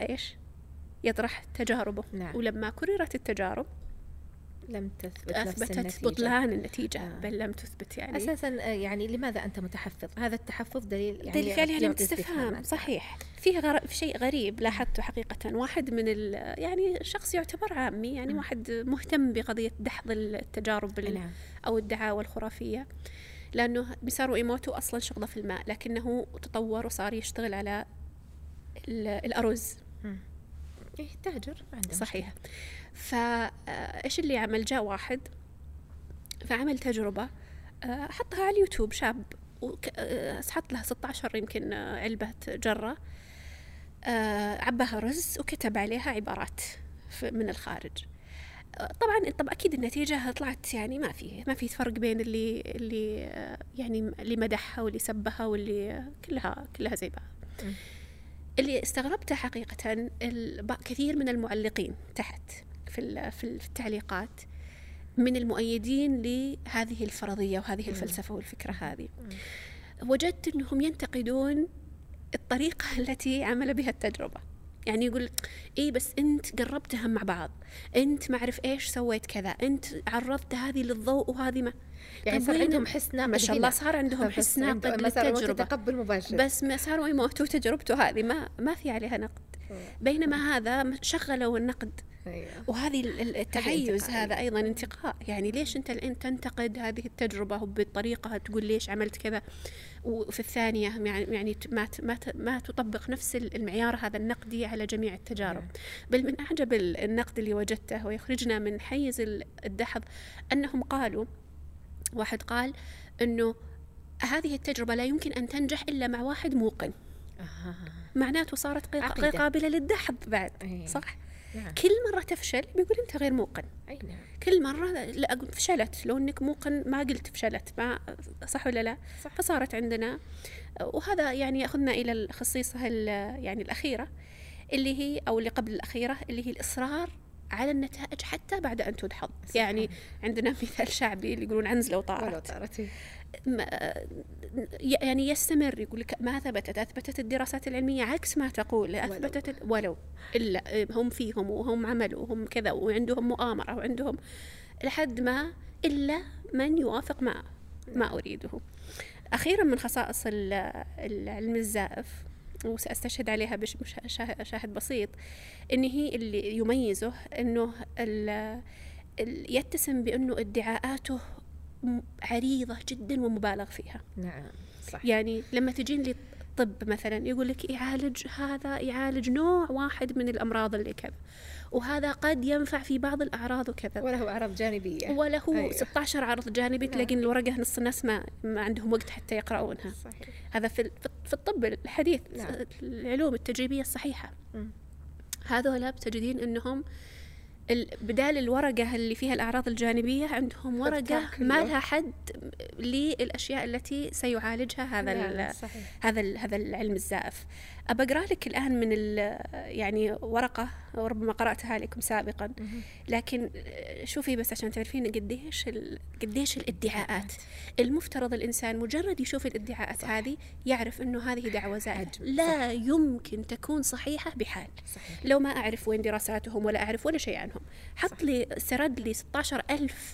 يطرح تجاربه. نعم. ولما كررت التجارب لم تثبت أثبتت بطلان النتيجة. بل لم تثبت. يعني أساسا يعني لماذا أنت متحفظ؟ هذا التحفظ دليل على استفهام. صحيح. فيه شيء غريب لاحظته حقيقة. واحد من يعني شخص يعتبر عامي، يعني واحد مهتم بقضية دحض التجارب أو الدعاوى الخرافية، لأنه مسارو إيموتو أصلا شغله في الماء، لكنه تطور وصار يشتغل على الأرز. تاجر عنده. صحيح. فإيش اللي عمل؟ جاء واحد فعمل تجربة، حطها على اليوتيوب، شاب حط له 16 يمكن علبة جرة، عباها رز وكتب عليها عبارات من الخارج. طبعا أكيد النتيجة طلعت يعني ما في فرق بين اللي يعني اللي مدحها واللي سبها واللي كلها زي بعض. اللي استغربته حقيقة كثير من المعلقين تحت في التعليقات من المؤيدين لهذه الفرضية وهذه الفلسفة والفكرة هذه، وجدت أنهم ينتقدون الطريقة التي عمل بها التجربة. يعني يقول بس أنت قربتها مع بعض، أنت ما أعرف إيش سويت كذا، أنت عرضت هذه للضوء وهذه ما، يعني صار عندهم حس ناقد. ما شاء الله صار عندهم حس ناقد للتجربة، تقبل مباشر. بس مسارو إيموتو تجربته هذه ما في عليها نقد، بينما هذا شغلوا النقد. وهذه التحيز هذا أيضا انتقاء. يعني ليش أنت الآن تنتقد هذه التجربة بالطريقة، تقول ليش عملت كذا، وفي الثانية يعني ما تطبق نفس المعيار هذا النقدي على جميع التجارب. بل من أعجب النقد اللي وجدته ويخرجنا من حيز الدحض أنهم قالوا، واحد قال أنه هذه التجربة لا يمكن أن تنجح إلا مع واحد موقن. معناته صارت غير قابلة للدحض بعد. صح؟ نعم. كل مرة تفشل بيقول أنت غير موقن. نعم. كل مرة لا فشلت، لو أنك موقن ما قلت فشلت، ما صح ولا لا؟ صح. فصارت عندنا، وهذا يعني يأخذنا إلى الخصيصة يعني الأخيرة اللي هي أو اللي قبل الأخيرة اللي هي الإصرار على النتائج حتى بعد أن تدحض. يعني عندنا مثال شعبي اللي يقولون عنز لو طارت. يعني يستمر، يقول لك ما أثبتت الدراسات العلمية عكس ما تقول، أثبتت ولو إلا هم فيهم وهم عملوا وهم كذا وعندهم مؤامرة وعندهم لحد ما إلا من يوافق ما أريده. أخيرا من خصائص العلم الزائف، وسأستشهد عليها شاهد بسيط، إن هي اللي يميزه إنه يتسم بأنه ادعاءاته عريضة جدا ومبالغ فيها. نعم صح. يعني لما تجين لي طب مثلا يقول لك يعالج نوع واحد من الأمراض اللي كذا، وهذا قد ينفع في بعض الأعراض وكذا، وله أعراض جانبية، وله أيوة. 16 عرض جانبي، تلاقين الورقة نص الناس ما عندهم وقت حتى يقرؤونها. صحيح. هذا في الطب الحديث. نعم. العلوم التجريبية الصحيحة هذولا بتجدين أنهم بدال الورقة اللي فيها الأعراض الجانبية عندهم ورقة ما لها حد للأشياء التي سيعالجها هذا العلم الزائف. أبقرأ لك الآن من يعني ورقة وربما قرأتها لكم سابقا، لكن شوفي بس عشان تعرفين قديش الادعاءات. المفترض الإنسان مجرد يشوف الادعاءات هذه يعرف أنه هذه دعوة زائفة لا يمكن تكون صحيحة بحال. صحيح. لو ما أعرف وين دراساتهم ولا أعرف ولا شيء عنهم، حط لي سرد لي 16,000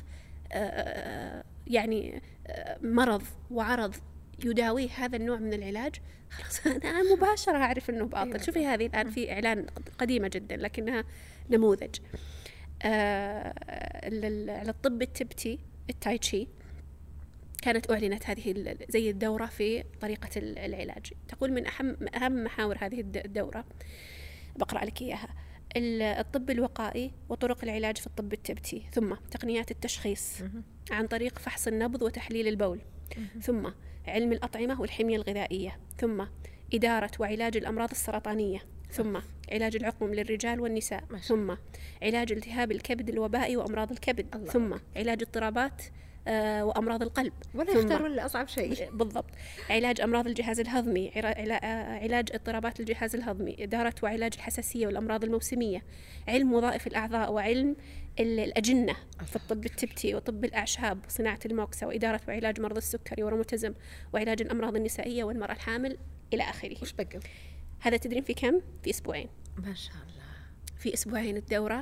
يعني مرض وعرض يداويه هذا النوع من العلاج، خلاص أنا مباشرة أعرف أنه باطل. أيوة. شوفي هذه الآن في إعلان قديمة جدا لكنها نموذج على الطب التبتي التايتشي. كانت أعلنت هذه زي الدورة في طريقة العلاج. تقول من أهم محاور هذه الدورة، بقرأ لك إياها: الطب الوقائي وطرق العلاج في الطب التبتي، ثم تقنيات التشخيص عن طريق فحص النبض وتحليل البول، ثم علم الأطعمة والحمية الغذائية، ثم إدارة وعلاج الأمراض السرطانية، ثم علاج العقم للرجال والنساء، ثم علاج التهاب الكبد الوبائي وأمراض الكبد، ثم علاج اضطرابات وأمراض القلب، ولا يختارون الأصعب شيء. بالضبط. علاج أمراض الجهاز الهضمي، علاج اضطرابات الجهاز الهضمي، إدارة وعلاج الحساسية والأمراض الموسمية، علم وظائف الأعضاء وعلم الأجنة في الطب التبتي وطب الأعشاب وصناعة الموكسة، وإدارة وعلاج مرض السكري والروماتيزم، وعلاج الأمراض النسائية والمرأة الحامل إلى آخره. وش بقى؟ هذا تدرين في كم؟ في أسبوعين. ما شاء الله. في أسبوعين الدورة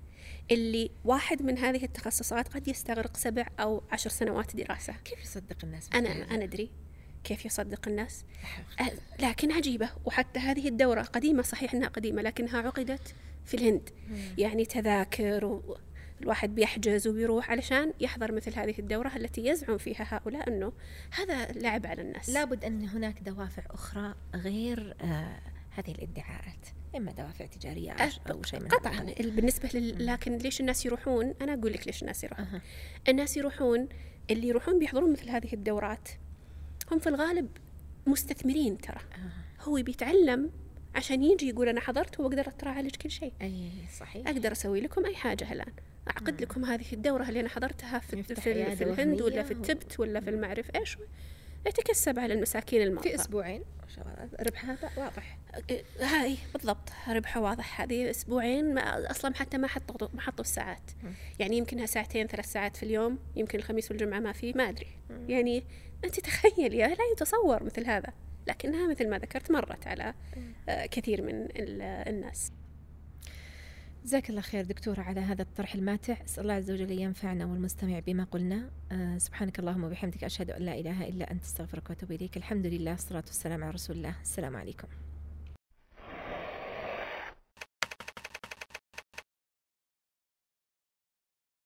اللي واحد من هذه التخصصات قد يستغرق 7 أو 10 سنوات دراسة. كيف يصدق الناس؟ أنا أدري كيف يصدق الناس، لكن عجيبة. وحتى هذه الدورة قديمة، صحيح أنها قديمة لكنها عقدت في الهند. يعني تذاكر الواحد بيحجز وبيروح علشان يحضر مثل هذه الدورة التي يزعم فيها هؤلاء أنه هذا لعب على الناس. لابد أن هناك دوافع أخرى غير هذه الادعاءات، إما دوافع تجارية أو شيء من قطعا بالنسبة لكن ليش الناس يروحون؟ أنا أقول لك ليش الناس يروحون. الناس يروحون، اللي يروحون بيحضرون مثل هذه الدورات هم في الغالب مستثمرين. ترى هو بيتعلم عشان يجي يقول أنا حضرت وأقدر ترى أعالج كل شيء. أي صحيح. أقدر أسوي لكم أي حاجة الآن، أعقد لكم هذه الدورة اللي أنا حضرتها في الهند ولا في التبت ولا في المعرف إيش، يتكسب على المساكين المرضى في أسبوعين. ربحها واضح. هاي بالضبط ربحها واضح. هذه أسبوعين أصلا حتى ما حطوا الساعات. يعني يمكنها 2 3 ساعات في اليوم، يمكن الخميس والجمعة ما في، ما أدري. يعني أنت تخيل لا يتصور مثل هذا، لكنها مثل ما ذكرت مرت على كثير من الناس. جزاك الله خير دكتورة على هذا الطرح الماتع. أسأل الله عز وجل ينفعنا والمستمع بما قلنا. سبحانك اللهم وبحمدك، أشهد أن لا إله إلا أنت، استغفرك وأتوب إليك. الحمد لله، الصلاة والسلام على رسول الله. السلام عليكم.